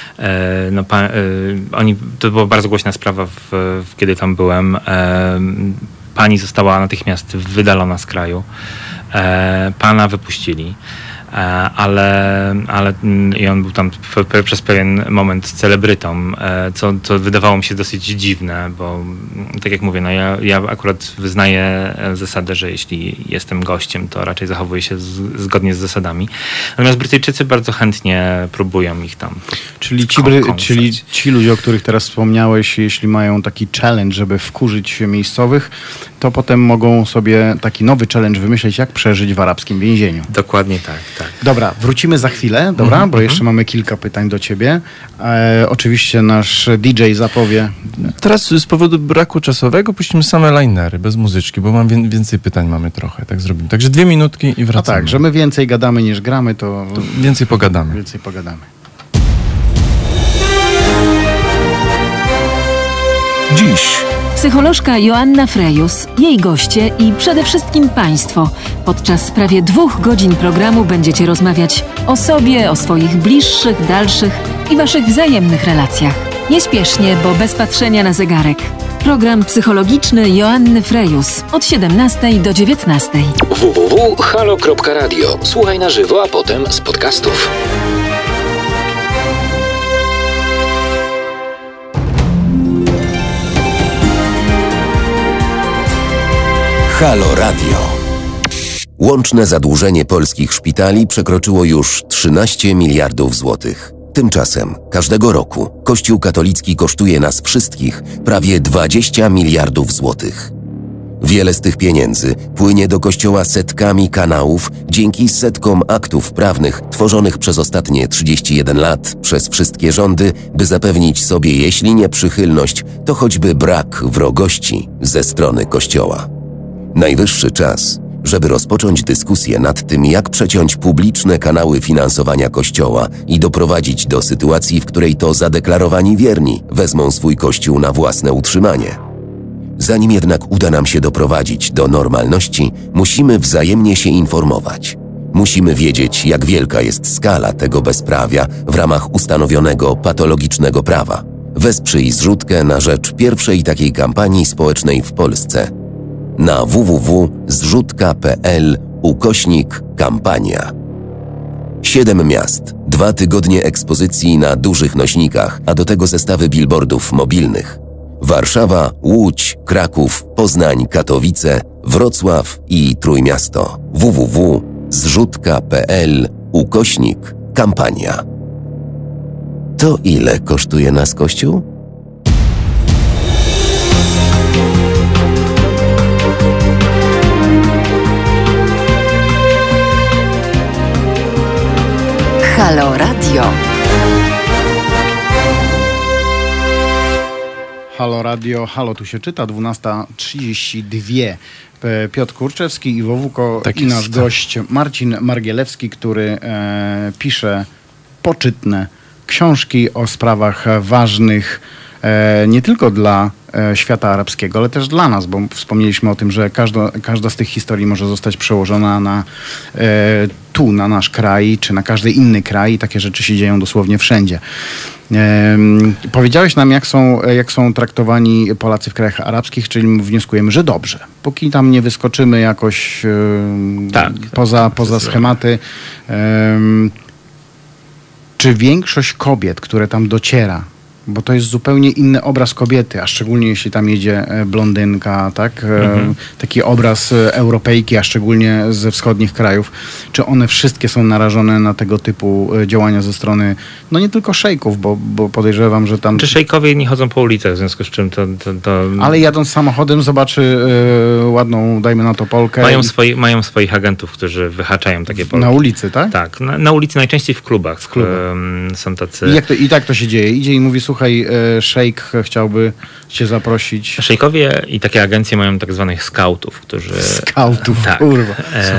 to była bardzo głośna sprawa, kiedy tam byłem. Pani została natychmiast wydalona z kraju. Pana wypuścili. Ale i on był tam przez pewien moment celebrytą, co wydawało mi się dosyć dziwne, bo tak jak mówię, no ja akurat wyznaję zasadę, że jeśli jestem gościem, to raczej zachowuję się zgodnie z zasadami. Natomiast Brytyjczycy bardzo chętnie próbują ich tam Czyli ci ludzie, o których teraz wspomniałeś, jeśli mają taki challenge, żeby wkurzyć miejscowych, to potem mogą sobie taki nowy challenge wymyśleć, jak przeżyć w arabskim więzieniu. Dokładnie tak. Dobra, wrócimy za chwilę, bo jeszcze mamy kilka pytań do ciebie. Oczywiście nasz DJ zapowie. Teraz z powodu braku czasowego puścimy same linery, bez muzyczki, bo mam więcej pytań mamy trochę, tak zrobimy. Także 2 minutki i wracamy. A tak, że my więcej gadamy niż gramy, to więcej pogadamy. Więcej pogadamy. Dziś psycholożka Joanna Frejus, jej goście i przede wszystkim Państwo. Podczas prawie 2 godzin programu będziecie rozmawiać o sobie, o swoich bliższych, dalszych i Waszych wzajemnych relacjach. Nieśpiesznie, bo bez patrzenia na zegarek. Program psychologiczny Joanny Frejus od 17 do 19. www.halo.radio. Słuchaj na żywo, a potem z podcastów. Halo Radio. Łączne zadłużenie polskich szpitali przekroczyło już 13 miliardów złotych. Tymczasem każdego roku Kościół katolicki kosztuje nas wszystkich prawie 20 miliardów złotych. Wiele z tych pieniędzy płynie do kościoła setkami kanałów dzięki setkom aktów prawnych tworzonych przez ostatnie 31 lat przez wszystkie rządy, by zapewnić sobie, jeśli nie przychylność, to choćby brak wrogości ze strony kościoła. Najwyższy czas, żeby rozpocząć dyskusję nad tym, jak przeciąć publiczne kanały finansowania Kościoła i doprowadzić do sytuacji, w której to zadeklarowani wierni wezmą swój Kościół na własne utrzymanie. Zanim jednak uda nam się doprowadzić do normalności, musimy wzajemnie się informować. Musimy wiedzieć, jak wielka jest skala tego bezprawia w ramach ustanowionego patologicznego prawa. Wesprzyj zrzutkę na rzecz pierwszej takiej kampanii społecznej w Polsce na www.zrzutka.pl/kampania. 7 miast, 2 tygodnie ekspozycji na dużych nośnikach, a do tego zestawy billboardów mobilnych. Warszawa, Łódź, Kraków, Poznań, Katowice, Wrocław i Trójmiasto. www.zrzutka.pl/kampania. To ile kosztuje nas Kościół? Halo Radio. Halo Radio, halo, tu się czyta, 12:32. Piotr Kurczewski, Iwo Wuko i nasz gość Marcin Margielewski, który pisze poczytne książki o sprawach ważnych nie tylko dla świata arabskiego, ale też dla nas, bo wspomnieliśmy o tym, że każda z tych historii może zostać przełożona na na nasz kraj, czy na każdy inny kraj i takie rzeczy się dzieją dosłownie wszędzie. Powiedziałeś nam, jak są traktowani Polacy w krajach arabskich, czyli wnioskujemy, że dobrze. Póki tam nie wyskoczymy jakoś poza schematy. Czy większość kobiet, które tam dociera, bo to jest zupełnie inny obraz kobiety, a szczególnie jeśli tam jedzie blondynka, tak? Taki obraz Europejki, a szczególnie ze wschodnich krajów. Czy one wszystkie są narażone na tego typu działania ze strony, no nie tylko szejków, bo podejrzewam, że tam... Czy szejkowie nie chodzą po ulicach, w związku z czym to... Ale jadąc samochodem zobaczy ładną, dajmy na to Polkę. Mają swoich agentów, którzy wyhaczają takie Polki. Na ulicy, tak? Tak, na ulicy, najczęściej w klubach. Są tacy... I tak to się dzieje? Idzie i mówi, słuchaj, szejk chciałby cię zaprosić. Szejkowie i takie agencje mają tak zwanych skautów, którzy... Skautów, tak, kurwa.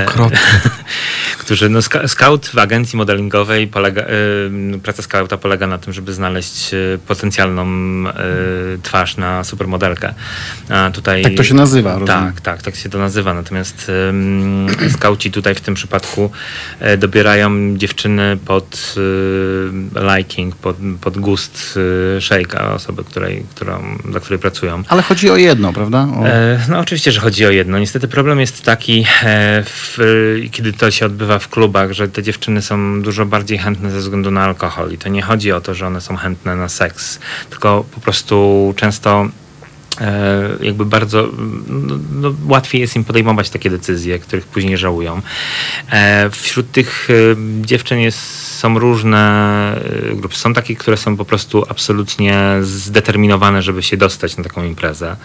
Którzy, scout w agencji modelingowej praca skauta polega na tym, żeby znaleźć potencjalną twarz na supermodelkę. A tutaj, tak to się nazywa, rozumiem. Tak się to nazywa. Natomiast skauci tutaj w tym przypadku dobierają dziewczyny pod liking, pod gust szejka, osoby, dla której pracują. Ale chodzi o jedno, prawda? No oczywiście, że chodzi o jedno. Niestety problem jest taki, kiedy to się odbywa w klubach, że te dziewczyny są dużo bardziej chętne ze względu na alkohol. I to nie chodzi o to, że one są chętne na seks, tylko po prostu często jakby bardzo łatwiej jest im podejmować takie decyzje, których później żałują. Wśród tych dziewczyn są różne grupy. Są takie, które są po prostu absolutnie zdeterminowane, żeby się dostać na taką imprezę.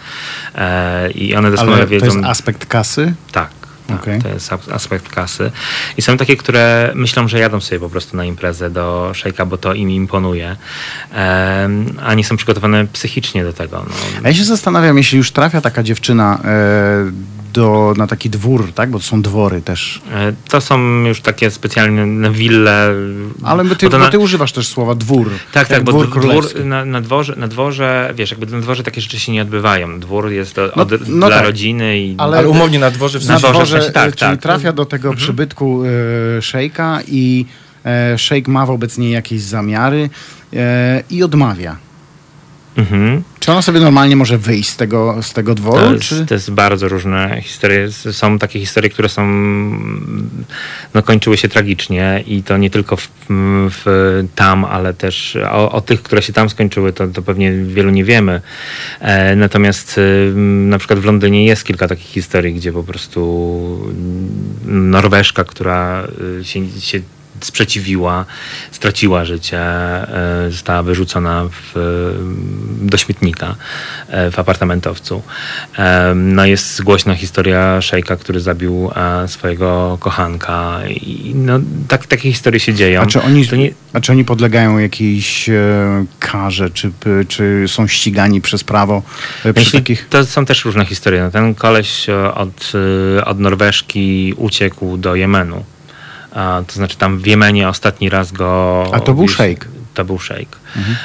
I one doskonale wiedzą... to jest aspekt kasy? Tak. To jest aspekt kasy. I są takie, które myślą, że jadą sobie po prostu na imprezę do szejka, bo to im imponuje, a nie są przygotowane psychicznie do tego. No. A ja się zastanawiam, jeśli już trafia taka dziewczyna na taki dwór, tak? Bo to są dwory też. To są już takie specjalne wille. Ale ty używasz też słowa dwór. Tak, bo dwór na dworze, wiesz, jakby na dworze takie rzeczy się nie odbywają. Dwór jest dla rodziny. Ale umownie na dworze w sensie... Czyli trafia do tego przybytku szejka i szejk ma wobec niej jakieś zamiary i odmawia. Czy ona sobie normalnie może wyjść z tego dworu? To jest bardzo różne historie. Są takie historie, które kończyły się tragicznie i to nie tylko tam, ale też o tych, które się tam skończyły, to pewnie wielu nie wiemy. Natomiast na przykład w Londynie jest kilka takich historii, gdzie po prostu Norweżka, która się sprzeciwiła, straciła życie, została wyrzucona do śmietnika w apartamentowcu. No jest głośna historia szejka, który zabił swojego kochanka i no takie historie się dzieją. A czy oni podlegają jakiejś karze, czy są ścigani przez prawo przy takich... To są też różne historie. No, ten koleś od Norweżki uciekł do Jemenu. To znaczy tam w Jemenie ostatni raz go... A to był szejk? To był szejk.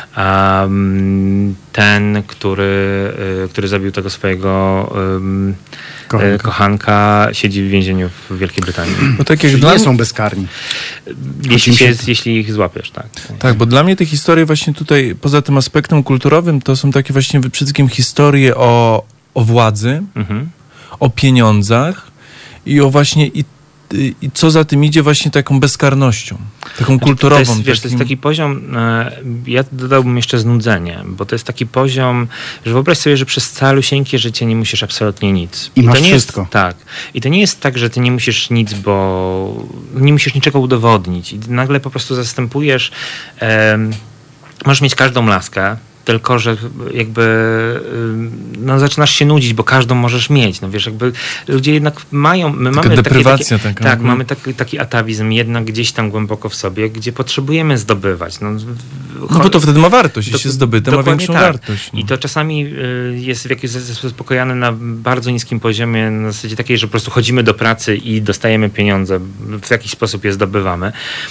Ten, który zabił tego swojego kochanka, siedzi w więzieniu w Wielkiej Brytanii. Bo tak jak nie są bezkarni. Jeśli ich złapiesz, tak. Tak, bo dla mnie te historie właśnie tutaj, poza tym aspektem kulturowym, to są takie właśnie przede wszystkim historie o władzy, o pieniądzach i o właśnie i co za tym idzie właśnie taką bezkarnością, taką kulturową. To jest taki poziom, ja dodałbym jeszcze znudzenie, bo to jest taki poziom, że wyobraź sobie, że przez calusieńkie życie nie musisz absolutnie nic. I masz to nie wszystko. Jest, tak. I to nie jest tak, że ty nie musisz nic, bo nie musisz niczego udowodnić. I nagle po prostu zastępujesz, możesz mieć każdą laskę, tylko że jakby zaczynasz się nudzić, bo każdą możesz mieć. No wiesz, jakby ludzie jednak mają... Taka deprywacja taka. Tak, mamy taki atawizm jednak gdzieś tam głęboko w sobie, gdzie potrzebujemy zdobywać. No bo to wtedy ma wartość, jeśli jest zdobyte, ma większą wartość. No. I to czasami jest w jakiś sposób zaspokojane na bardzo niskim poziomie, na zasadzie takiej, że po prostu chodzimy do pracy i dostajemy pieniądze, w jakiś sposób je zdobywamy.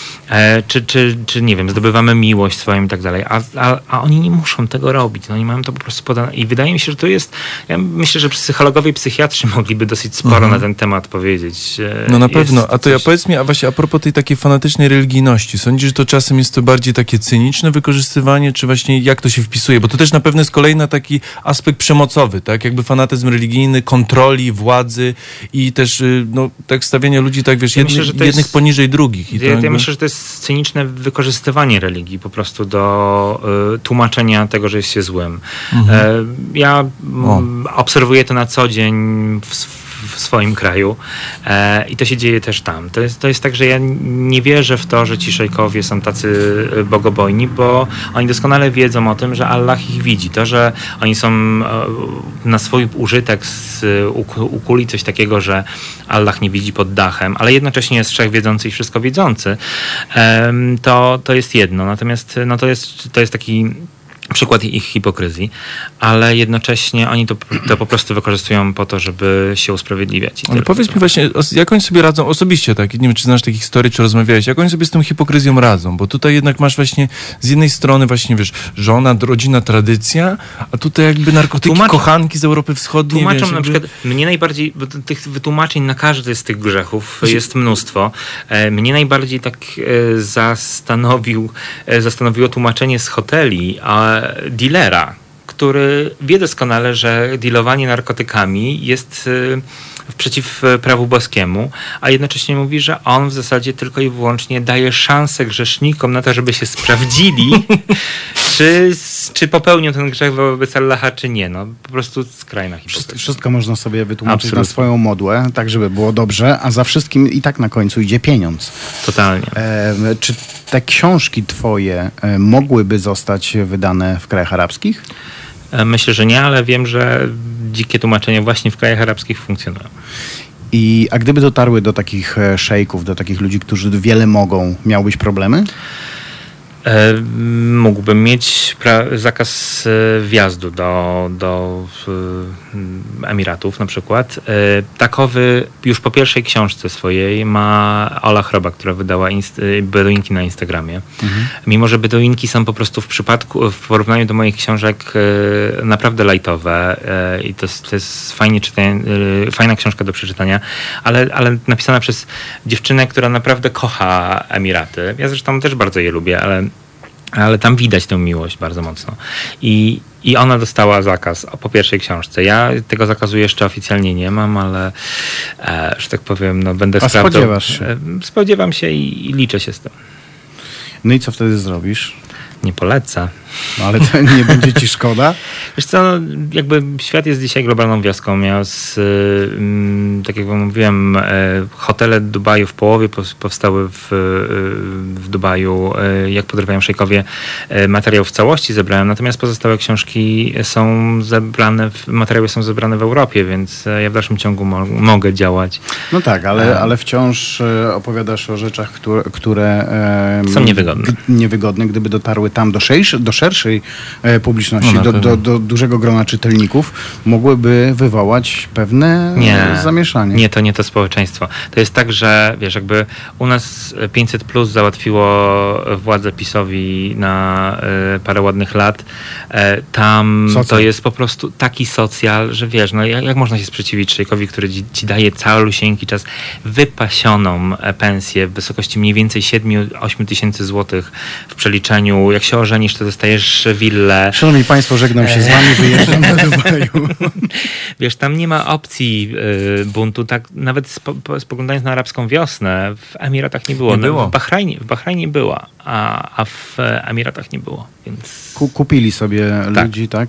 Czy nie wiem, zdobywamy miłość swoją i tak dalej. A oni nie muszą tego robić. No, oni mają to po prostu podane. I wydaje mi się, że to jest... Ja myślę, że psychologowie i psychiatrzy mogliby dosyć sporo na ten temat powiedzieć. No na pewno. A to powiedz mi, a właśnie a propos tej takiej fanatycznej religijności, sądzisz, że to czasem jest to bardziej takie cyniczne wykorzystywanie, czy właśnie jak to się wpisuje? Bo to też na pewno jest kolejny taki aspekt przemocowy, tak? Jakby fanatyzm religijny, kontroli, władzy i też tak stawiania ludzi, tak wiesz, jednych poniżej drugich. Ja myślę, że to jest cyniczne wykorzystywanie religii po prostu do tłumaczenia tego, że jest się złym. Ja obserwuję to na co dzień w swoim kraju i to się dzieje też tam. To jest tak, że ja nie wierzę w to, że ci szejkowie są tacy bogobojni, bo oni doskonale wiedzą o tym, że Allah ich widzi. To, że oni są na swój użytek ukuli coś takiego, że Allah nie widzi pod dachem, ale jednocześnie jest wszechwiedzący i wszystko wiedzący, to jest jedno. Natomiast to jest taki przykład ich hipokryzji, ale jednocześnie oni to po prostu wykorzystują po to, żeby się usprawiedliwiać. Ale powiedz mi właśnie, jak oni sobie radzą osobiście, tak? Nie wiem, czy znasz takich historii, czy rozmawiałeś, jak oni sobie z tą hipokryzją radzą, bo tutaj jednak masz właśnie z jednej strony właśnie, wiesz, żona, rodzina, tradycja, a tutaj jakby narkotyki, kochanki z Europy Wschodniej. Tłumaczą na przykład, mnie najbardziej, bo tych wytłumaczeń na każdy z tych grzechów jest mnóstwo. Mnie najbardziej tak zastanowiło tłumaczenie z hoteli, dealera, który wie doskonale, że dealowanie narkotykami jest przeciw prawu boskiemu, a jednocześnie mówi, że on w zasadzie tylko i wyłącznie daje szansę grzesznikom na to, żeby się sprawdzili, czy popełnią ten grzech wobec Allaha, czy nie. No, po prostu skrajna hipokryzja. Wszystko można sobie wytłumaczyć na swoją modłę, tak żeby było dobrze, a za wszystkim i tak na końcu idzie pieniądz. Totalnie. Czy te książki twoje mogłyby zostać wydane w krajach arabskich? Myślę, że nie, ale wiem, że dzikie tłumaczenia właśnie w krajach arabskich funkcjonują. A gdyby dotarły do takich szejków, do takich ludzi, którzy wiele mogą, miałbyś problemy? Mógłbym mieć zakaz wjazdu do Emiratów na przykład. Takowy już po pierwszej książce swojej ma Ola Chroba, która wydała Beduinki na Instagramie. Mimo że Beduinki są po prostu w porównaniu do moich książek naprawdę lajtowe i to jest fajna książka do przeczytania, ale napisana przez dziewczynę, która naprawdę kocha Emiraty. Ja zresztą też bardzo je lubię, ale tam widać tę miłość bardzo mocno. I ona dostała zakaz po pierwszej książce. Ja tego zakazu jeszcze oficjalnie nie mam, ale że tak powiem, będę sprawdzał. Spodziewasz się? Spodziewam się i liczę się z tym. No i co wtedy zrobisz? Nie polecę. No, ale to nie będzie ci szkoda? Wiesz co, jakby świat jest dzisiaj globalną wioską. Tak jak wam mówiłem, hotele Dubaju w połowie powstały w Dubaju. Jak podrywają szejkowie, materiał w całości zebrałem, natomiast pozostałe książki materiały są zebrane w Europie, więc ja w dalszym ciągu mogę działać. No tak, ale wciąż opowiadasz o rzeczach, które są niewygodne. Niewygodne, gdyby dotarły tam do szerszej publiczności, do dużego grona czytelników, mogłyby wywołać pewne zamieszanie. Nie, to nie to społeczeństwo. To jest tak, że wiesz, jakby u nas 500+ załatwiło władzę PiS-owi na parę ładnych lat. Tam to jest po prostu taki socjal, że wiesz, no jak można się sprzeciwić szejkowi, który ci daje calusieńki czas wypasioną pensję w wysokości mniej więcej 7-8 tysięcy złotych w przeliczeniu. Jak się ożenisz, to dostajesz willę. Szanowni Państwo, żegnam się z wami, wyjeżdżam do Dubaju. Wiesz, tam nie ma opcji buntu, tak nawet spoglądając na arabską wiosnę, w Emiratach nie było. W Bahrajnie była, a w Emiratach nie było, więc... Kupili sobie ludzi, tak?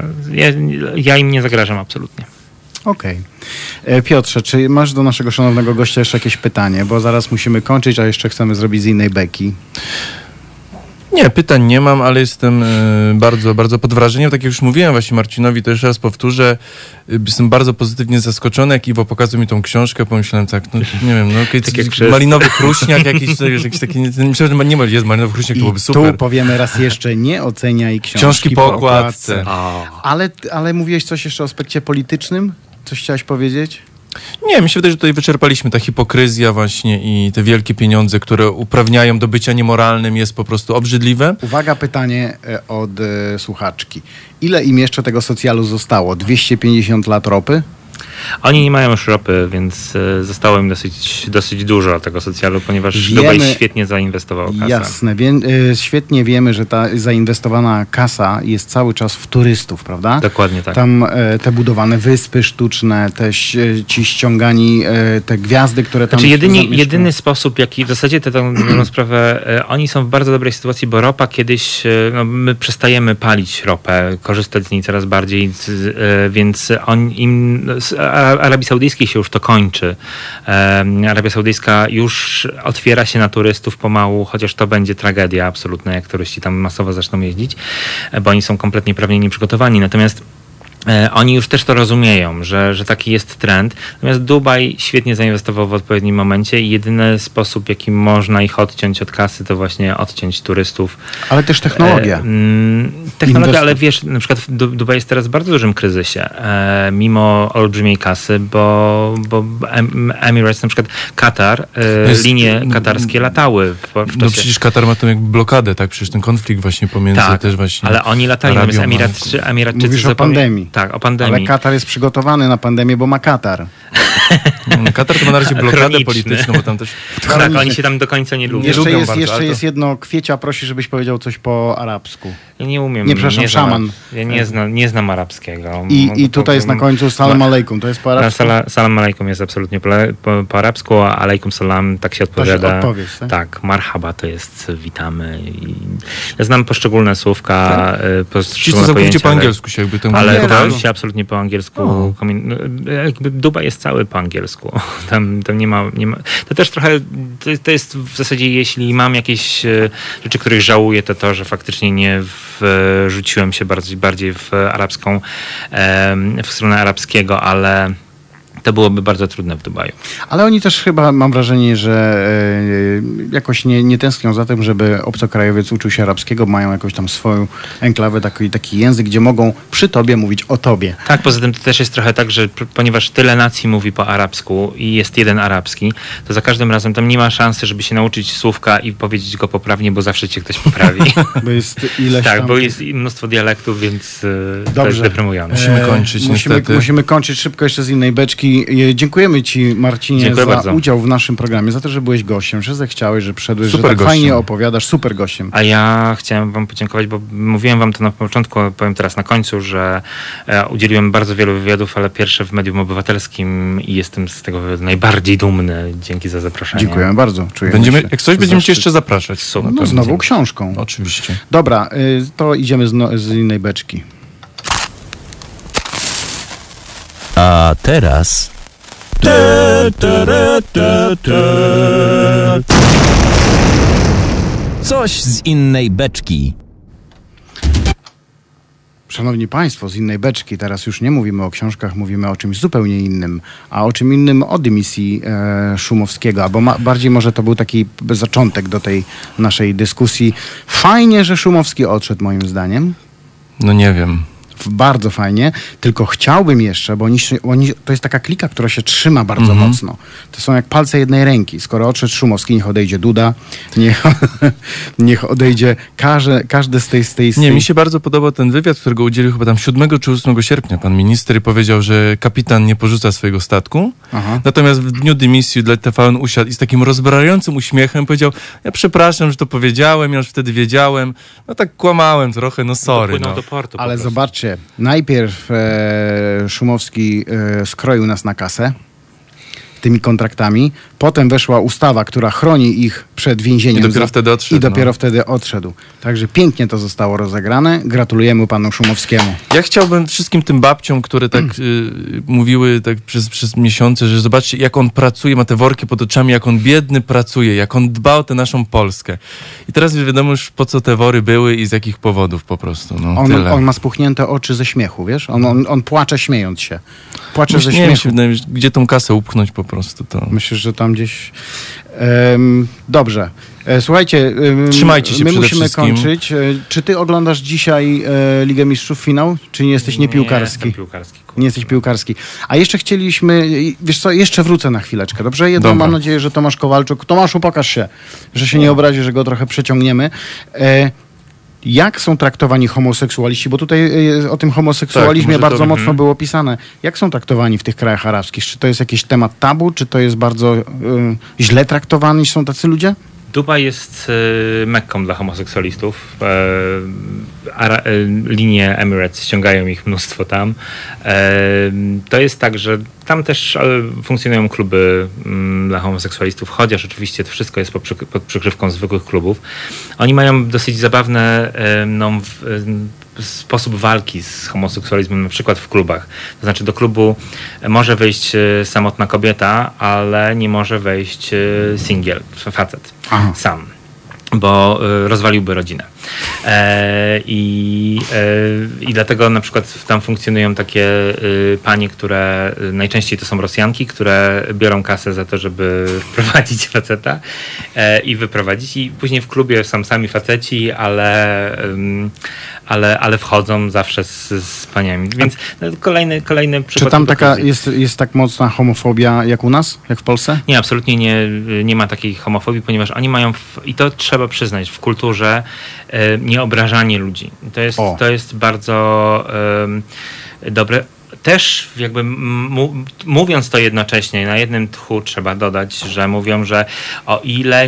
Ja im nie zagrażam absolutnie. Okej. Piotrze, czy masz do naszego szanownego gościa jeszcze jakieś pytanie? Bo zaraz musimy kończyć, a jeszcze chcemy zrobić z innej beki. Nie, pytań nie mam, ale jestem bardzo, bardzo pod wrażeniem. Tak jak już mówiłem właśnie Marcinowi, to jeszcze raz powtórzę. Jestem bardzo pozytywnie zaskoczony, jak Iwo pokazał mi tą książkę. Pomyślałem tak, no nie wiem, malinowy chruśniak jakiś taki, myślę, że nie ma, jest malinowy chruśniak, to byłoby super. Tu powiemy raz jeszcze, nie oceniaj książki po okładce. Ale mówiłeś coś jeszcze o aspekcie politycznym? Coś chciałeś powiedzieć? Nie, mi się wydaje, że tutaj wyczerpaliśmy. Ta hipokryzja właśnie i te wielkie pieniądze, które uprawniają do bycia niemoralnym, jest po prostu obrzydliwe. Uwaga, pytanie od słuchaczki. Ile im jeszcze tego socjalu zostało? 250 lat ropy? Oni nie mają już ropy, więc zostało im dosyć dużo tego socjalu, ponieważ Dubaj świetnie zainwestował kasę. Jasne, świetnie wiemy, że ta zainwestowana kasa jest cały czas w turystów, prawda? Dokładnie tak. Tam te budowane wyspy sztuczne, ci ściągani, te gwiazdy, które tam... Jedyny sposób, jaki w zasadzie tę sprawę, oni są w bardzo dobrej sytuacji, bo ropa kiedyś, my przestajemy palić ropę, korzystać z niej coraz bardziej, więc Arabii Saudyjskiej się już to kończy. Arabia Saudyjska już otwiera się na turystów pomału, chociaż to będzie tragedia absolutna, jak turyści tam masowo zaczną jeździć, bo oni są kompletnie prawnie nieprzygotowani. Natomiast oni już też to rozumieją, że taki jest trend. Natomiast Dubaj świetnie zainwestował w odpowiednim momencie i jedyny sposób, jaki można ich odciąć od kasy, to właśnie odciąć turystów. Ale też technologia. Ale wiesz, na przykład Dubaj jest teraz w bardzo dużym kryzysie, mimo olbrzymiej kasy, bo Emirates, na przykład Katar, linie katarskie latały w czasie. No przecież Katar ma tą jakby blokadę, tak? Przecież ten konflikt właśnie pomiędzy też właśnie... ale oni latali, natomiast Emiratczycy... Mówisz o pandemii. Tak, o pandemii. Ale Katar jest przygotowany na pandemię, bo ma Katar. Katar to ma na razie blokadę polityczną, bo tam też... Tak, oni się tam do końca nie lubią. Jeszcze jest jedno, Kwiecia prosi, żebyś powiedział coś po arabsku. Ja nie umiem. Nie, przepraszam, szaman. Ja nie znam arabskiego. I tutaj jest na końcu salam alejkum, to jest po arabsku? Salam alejkum jest absolutnie po arabsku, a alejkum salam tak się odpowiada. To się odpowiedź, tak? Tak, marhaba to jest witamy. Ja znam poszczególne słówka, poszczególne pojęcia. Po angielsku się jakby ten ale to się absolutnie po angielsku. Jakby Dubaj jest cały po angielsku. Tam nie ma. To też trochę, to jest w zasadzie, jeśli mam jakieś rzeczy, których żałuję, to że faktycznie nie rzuciłem się bardziej w arabską, w stronę arabskiego, ale to byłoby bardzo trudne w Dubaju. Ale oni też chyba, mam wrażenie, że jakoś nie tęsknią za tym, żeby obcokrajowiec uczył się arabskiego, mają jakąś tam swoją enklawę, taki język, gdzie mogą przy tobie mówić o tobie. Tak, poza tym to też jest trochę tak, że ponieważ tyle nacji mówi po arabsku i jest jeden arabski, to za każdym razem tam nie ma szansy, żeby się nauczyć słówka i powiedzieć go poprawnie, bo zawsze cię ktoś poprawi. Bo jest ileś tak, tam... bo jest mnóstwo dialektów, więc Dobrze. to jest deprymujące. Musimy kończyć niestety. Musimy kończyć szybko jeszcze z innej beczki. dziękujemy Ci, Marcinie, Dziękuję za bardzo. udział w naszym programie, za to, że byłeś gościem, że zechciałeś, że przyszedłeś, że Super tak gościem. fajnie opowiadasz, super gościem. A ja chciałem wam podziękować, bo mówiłem wam to na początku, a powiem teraz na końcu, że udzieliłem bardzo wielu wywiadów, ale pierwsze w medium obywatelskim i jestem z tego wywiadu najbardziej dumny. Dzięki za zaproszenie. Dziękujemy bardzo. Czujemy Będziemy, się jak coś, będziemy cię zaszczyt. jeszcze zapraszać. Super. No, z nową książką. Oczywiście. Dobra, to idziemy z innej beczki. A teraz... Coś z innej beczki. Szanowni Państwo, z innej beczki, teraz już nie mówimy o książkach, mówimy o czymś zupełnie innym, a o czym innym o dymisji Szumowskiego, albo bardziej może to był taki zaczątek do tej naszej dyskusji. Fajnie, że Szumowski odszedł, moim zdaniem. No nie wiem. Bardzo fajnie, tylko chciałbym jeszcze, bo oni, to jest taka klika, która się trzyma bardzo mocno. To są jak palce jednej ręki. Skoro odszedł Szumowski, niech odejdzie Duda, niech odejdzie każdy z tej... Nie, mi się bardzo podobał ten wywiad, którego udzielił chyba tam 7 czy 8 sierpnia pan minister i powiedział, że kapitan nie porzuca swojego statku. Aha. Natomiast w dniu dymisji dla TVN usiadł i z takim rozbrajającym uśmiechem powiedział: ja przepraszam, że to powiedziałem, ja już wtedy wiedziałem. No tak kłamałem trochę, no sorry. Dopłynął No. do portu. Ale po prostu. zobaczcie, najpierw Szumowski skroił nas na kasę tymi kontraktami, potem weszła ustawa, która chroni ich przed więzieniem. I dopiero wtedy odszedł, I dopiero wtedy odszedł. Także pięknie to zostało rozegrane. Gratulujemy panu Szumowskiemu. Ja chciałbym wszystkim tym babciom, które tak mówiły tak przez miesiące, że zobaczcie, jak on pracuje, ma te worki pod oczami, jak on biedny pracuje, jak on dba o tę naszą Polskę. I teraz wiadomo już, po co te wory były i z jakich powodów po prostu. No, tyle. On ma spuchnięte oczy ze śmiechu, wiesz? On płacze śmiejąc się. Płacze ze Nie wiem, śmiechu. się wydaje, gdzie tą kasę upchnąć po prostu. To... Myślę, że tam gdzieś... dobrze. Słuchajcie, Trzymajcie się my przede musimy wszystkim. kończyć. Czy ty oglądasz dzisiaj Ligę Mistrzów finał? Czy nie jesteś niepiłkarski? Nie jestem piłkarski. kurwa. Nie jesteś piłkarski. A jeszcze chcieliśmy, wiesz co, jeszcze wrócę na chwileczkę, dobrze? Jedno Dobra. mam nadzieję, że Tomasz Kowalczuk, Tomaszu, pokaż się, że się nie obrazi, że go trochę przeciągniemy. Jak są traktowani homoseksualiści? Bo tutaj o tym homoseksualizmie Tak, może bardzo to- mocno było pisane. Jak są traktowani w tych krajach arabskich? Czy to jest jakiś temat tabu? Czy to jest bardzo źle traktowani są tacy ludzie? Dubaj jest mekką dla homoseksualistów. Linie Emirates ściągają ich mnóstwo tam. To jest tak, że tam też funkcjonują kluby dla homoseksualistów, chociaż oczywiście to wszystko jest pod przykrywką zwykłych klubów. Oni mają dosyć zabawny sposób walki z homoseksualizmem, na przykład w klubach. To znaczy do klubu może wejść samotna kobieta, ale nie może wejść singiel, facet, Aha. sam, bo rozwaliłby rodzinę. I dlatego na przykład tam funkcjonują takie panie, które najczęściej to są Rosjanki, które biorą kasę za to, żeby wprowadzić faceta i wyprowadzić. I później w klubie są sami faceci, ale wchodzą zawsze z paniami. Więc kolejny przykład. Czy tam taka hipokryzji. jest tak mocna homofobia jak u nas, jak w Polsce? Nie, absolutnie nie ma takiej homofobii, ponieważ oni mają, i to trzeba przyznać, w kulturze nieobrażanie ludzi. To jest bardzo dobre. Też jakby mówiąc to jednocześnie, na jednym tchu trzeba dodać, że mówią, że o ile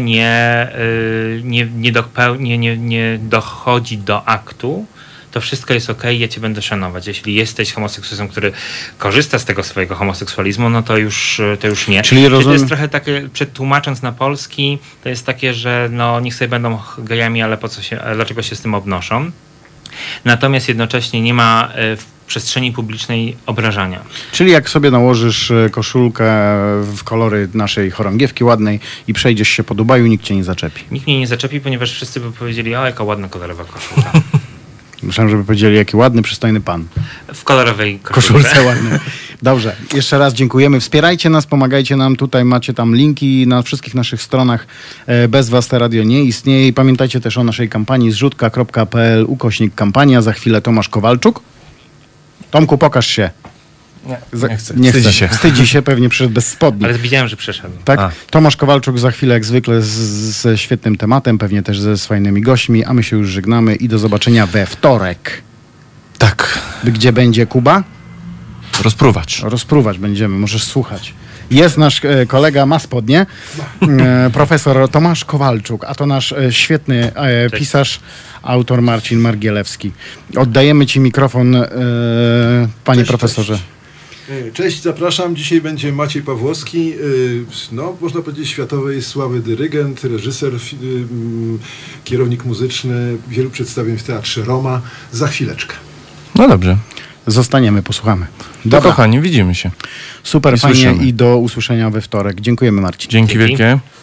nie dochodzi do aktu, to wszystko jest okej, ja cię będę szanować. Jeśli jesteś homoseksualistą, który korzysta z tego swojego homoseksualizmu, no to już nie. Czyli to jest trochę takie, przetłumacząc na polski, to jest takie, że no niech sobie będą gejami, ale dlaczego się z tym obnoszą? Natomiast jednocześnie nie ma w przestrzeni publicznej obrażania. Czyli jak sobie nałożysz koszulkę w kolory naszej chorągiewki ładnej i przejdziesz się po Dubaju, nikt cię nie zaczepi. Nikt mnie nie zaczepi, ponieważ wszyscy by powiedzieli, o jaka ładna kolorowa koszulka. Myślałem, żeby powiedzieli, jaki ładny, przystojny pan. W kolorowej Koszulce ładnej. Dobrze, jeszcze raz dziękujemy. Wspierajcie nas, pomagajcie nam. Tutaj macie tam linki na wszystkich naszych stronach. Bez was to radio nie istnieje. I pamiętajcie też o naszej kampanii zrzutka.pl/kampania. Za chwilę Tomasz Kowalczuk. Tomku, pokaż się. Nie chcę. Nie Wstydzi chce. się. Wstydzi się, pewnie przyszedł bez spodni. Ale widziałem, że przeszedł. Tak? A. Tomasz Kowalczuk za chwilę jak zwykle ze świetnym tematem, pewnie też ze fajnymi gośćmi, a my się już żegnamy i do zobaczenia we wtorek. Tak. Gdzie będzie Kuba? Rozpruwać będziemy, możesz słuchać. Jest nasz kolega, ma spodnie, profesor Tomasz Kowalczuk, a to nasz świetny pisarz, autor Marcin Margielewski. Oddajemy ci mikrofon, panie profesorze. Cześć, zapraszam. Dzisiaj będzie Maciej Pawłowski, można powiedzieć światowej sławy dyrygent, reżyser, kierownik muzyczny wielu przedstawień w Teatrze Roma. Za chwileczkę. No dobrze. Zostaniemy, posłuchamy. Dobra. Kochani, widzimy się. Super, fajnie i do usłyszenia we wtorek. Dziękujemy, Marcin. Dzięki wielkie.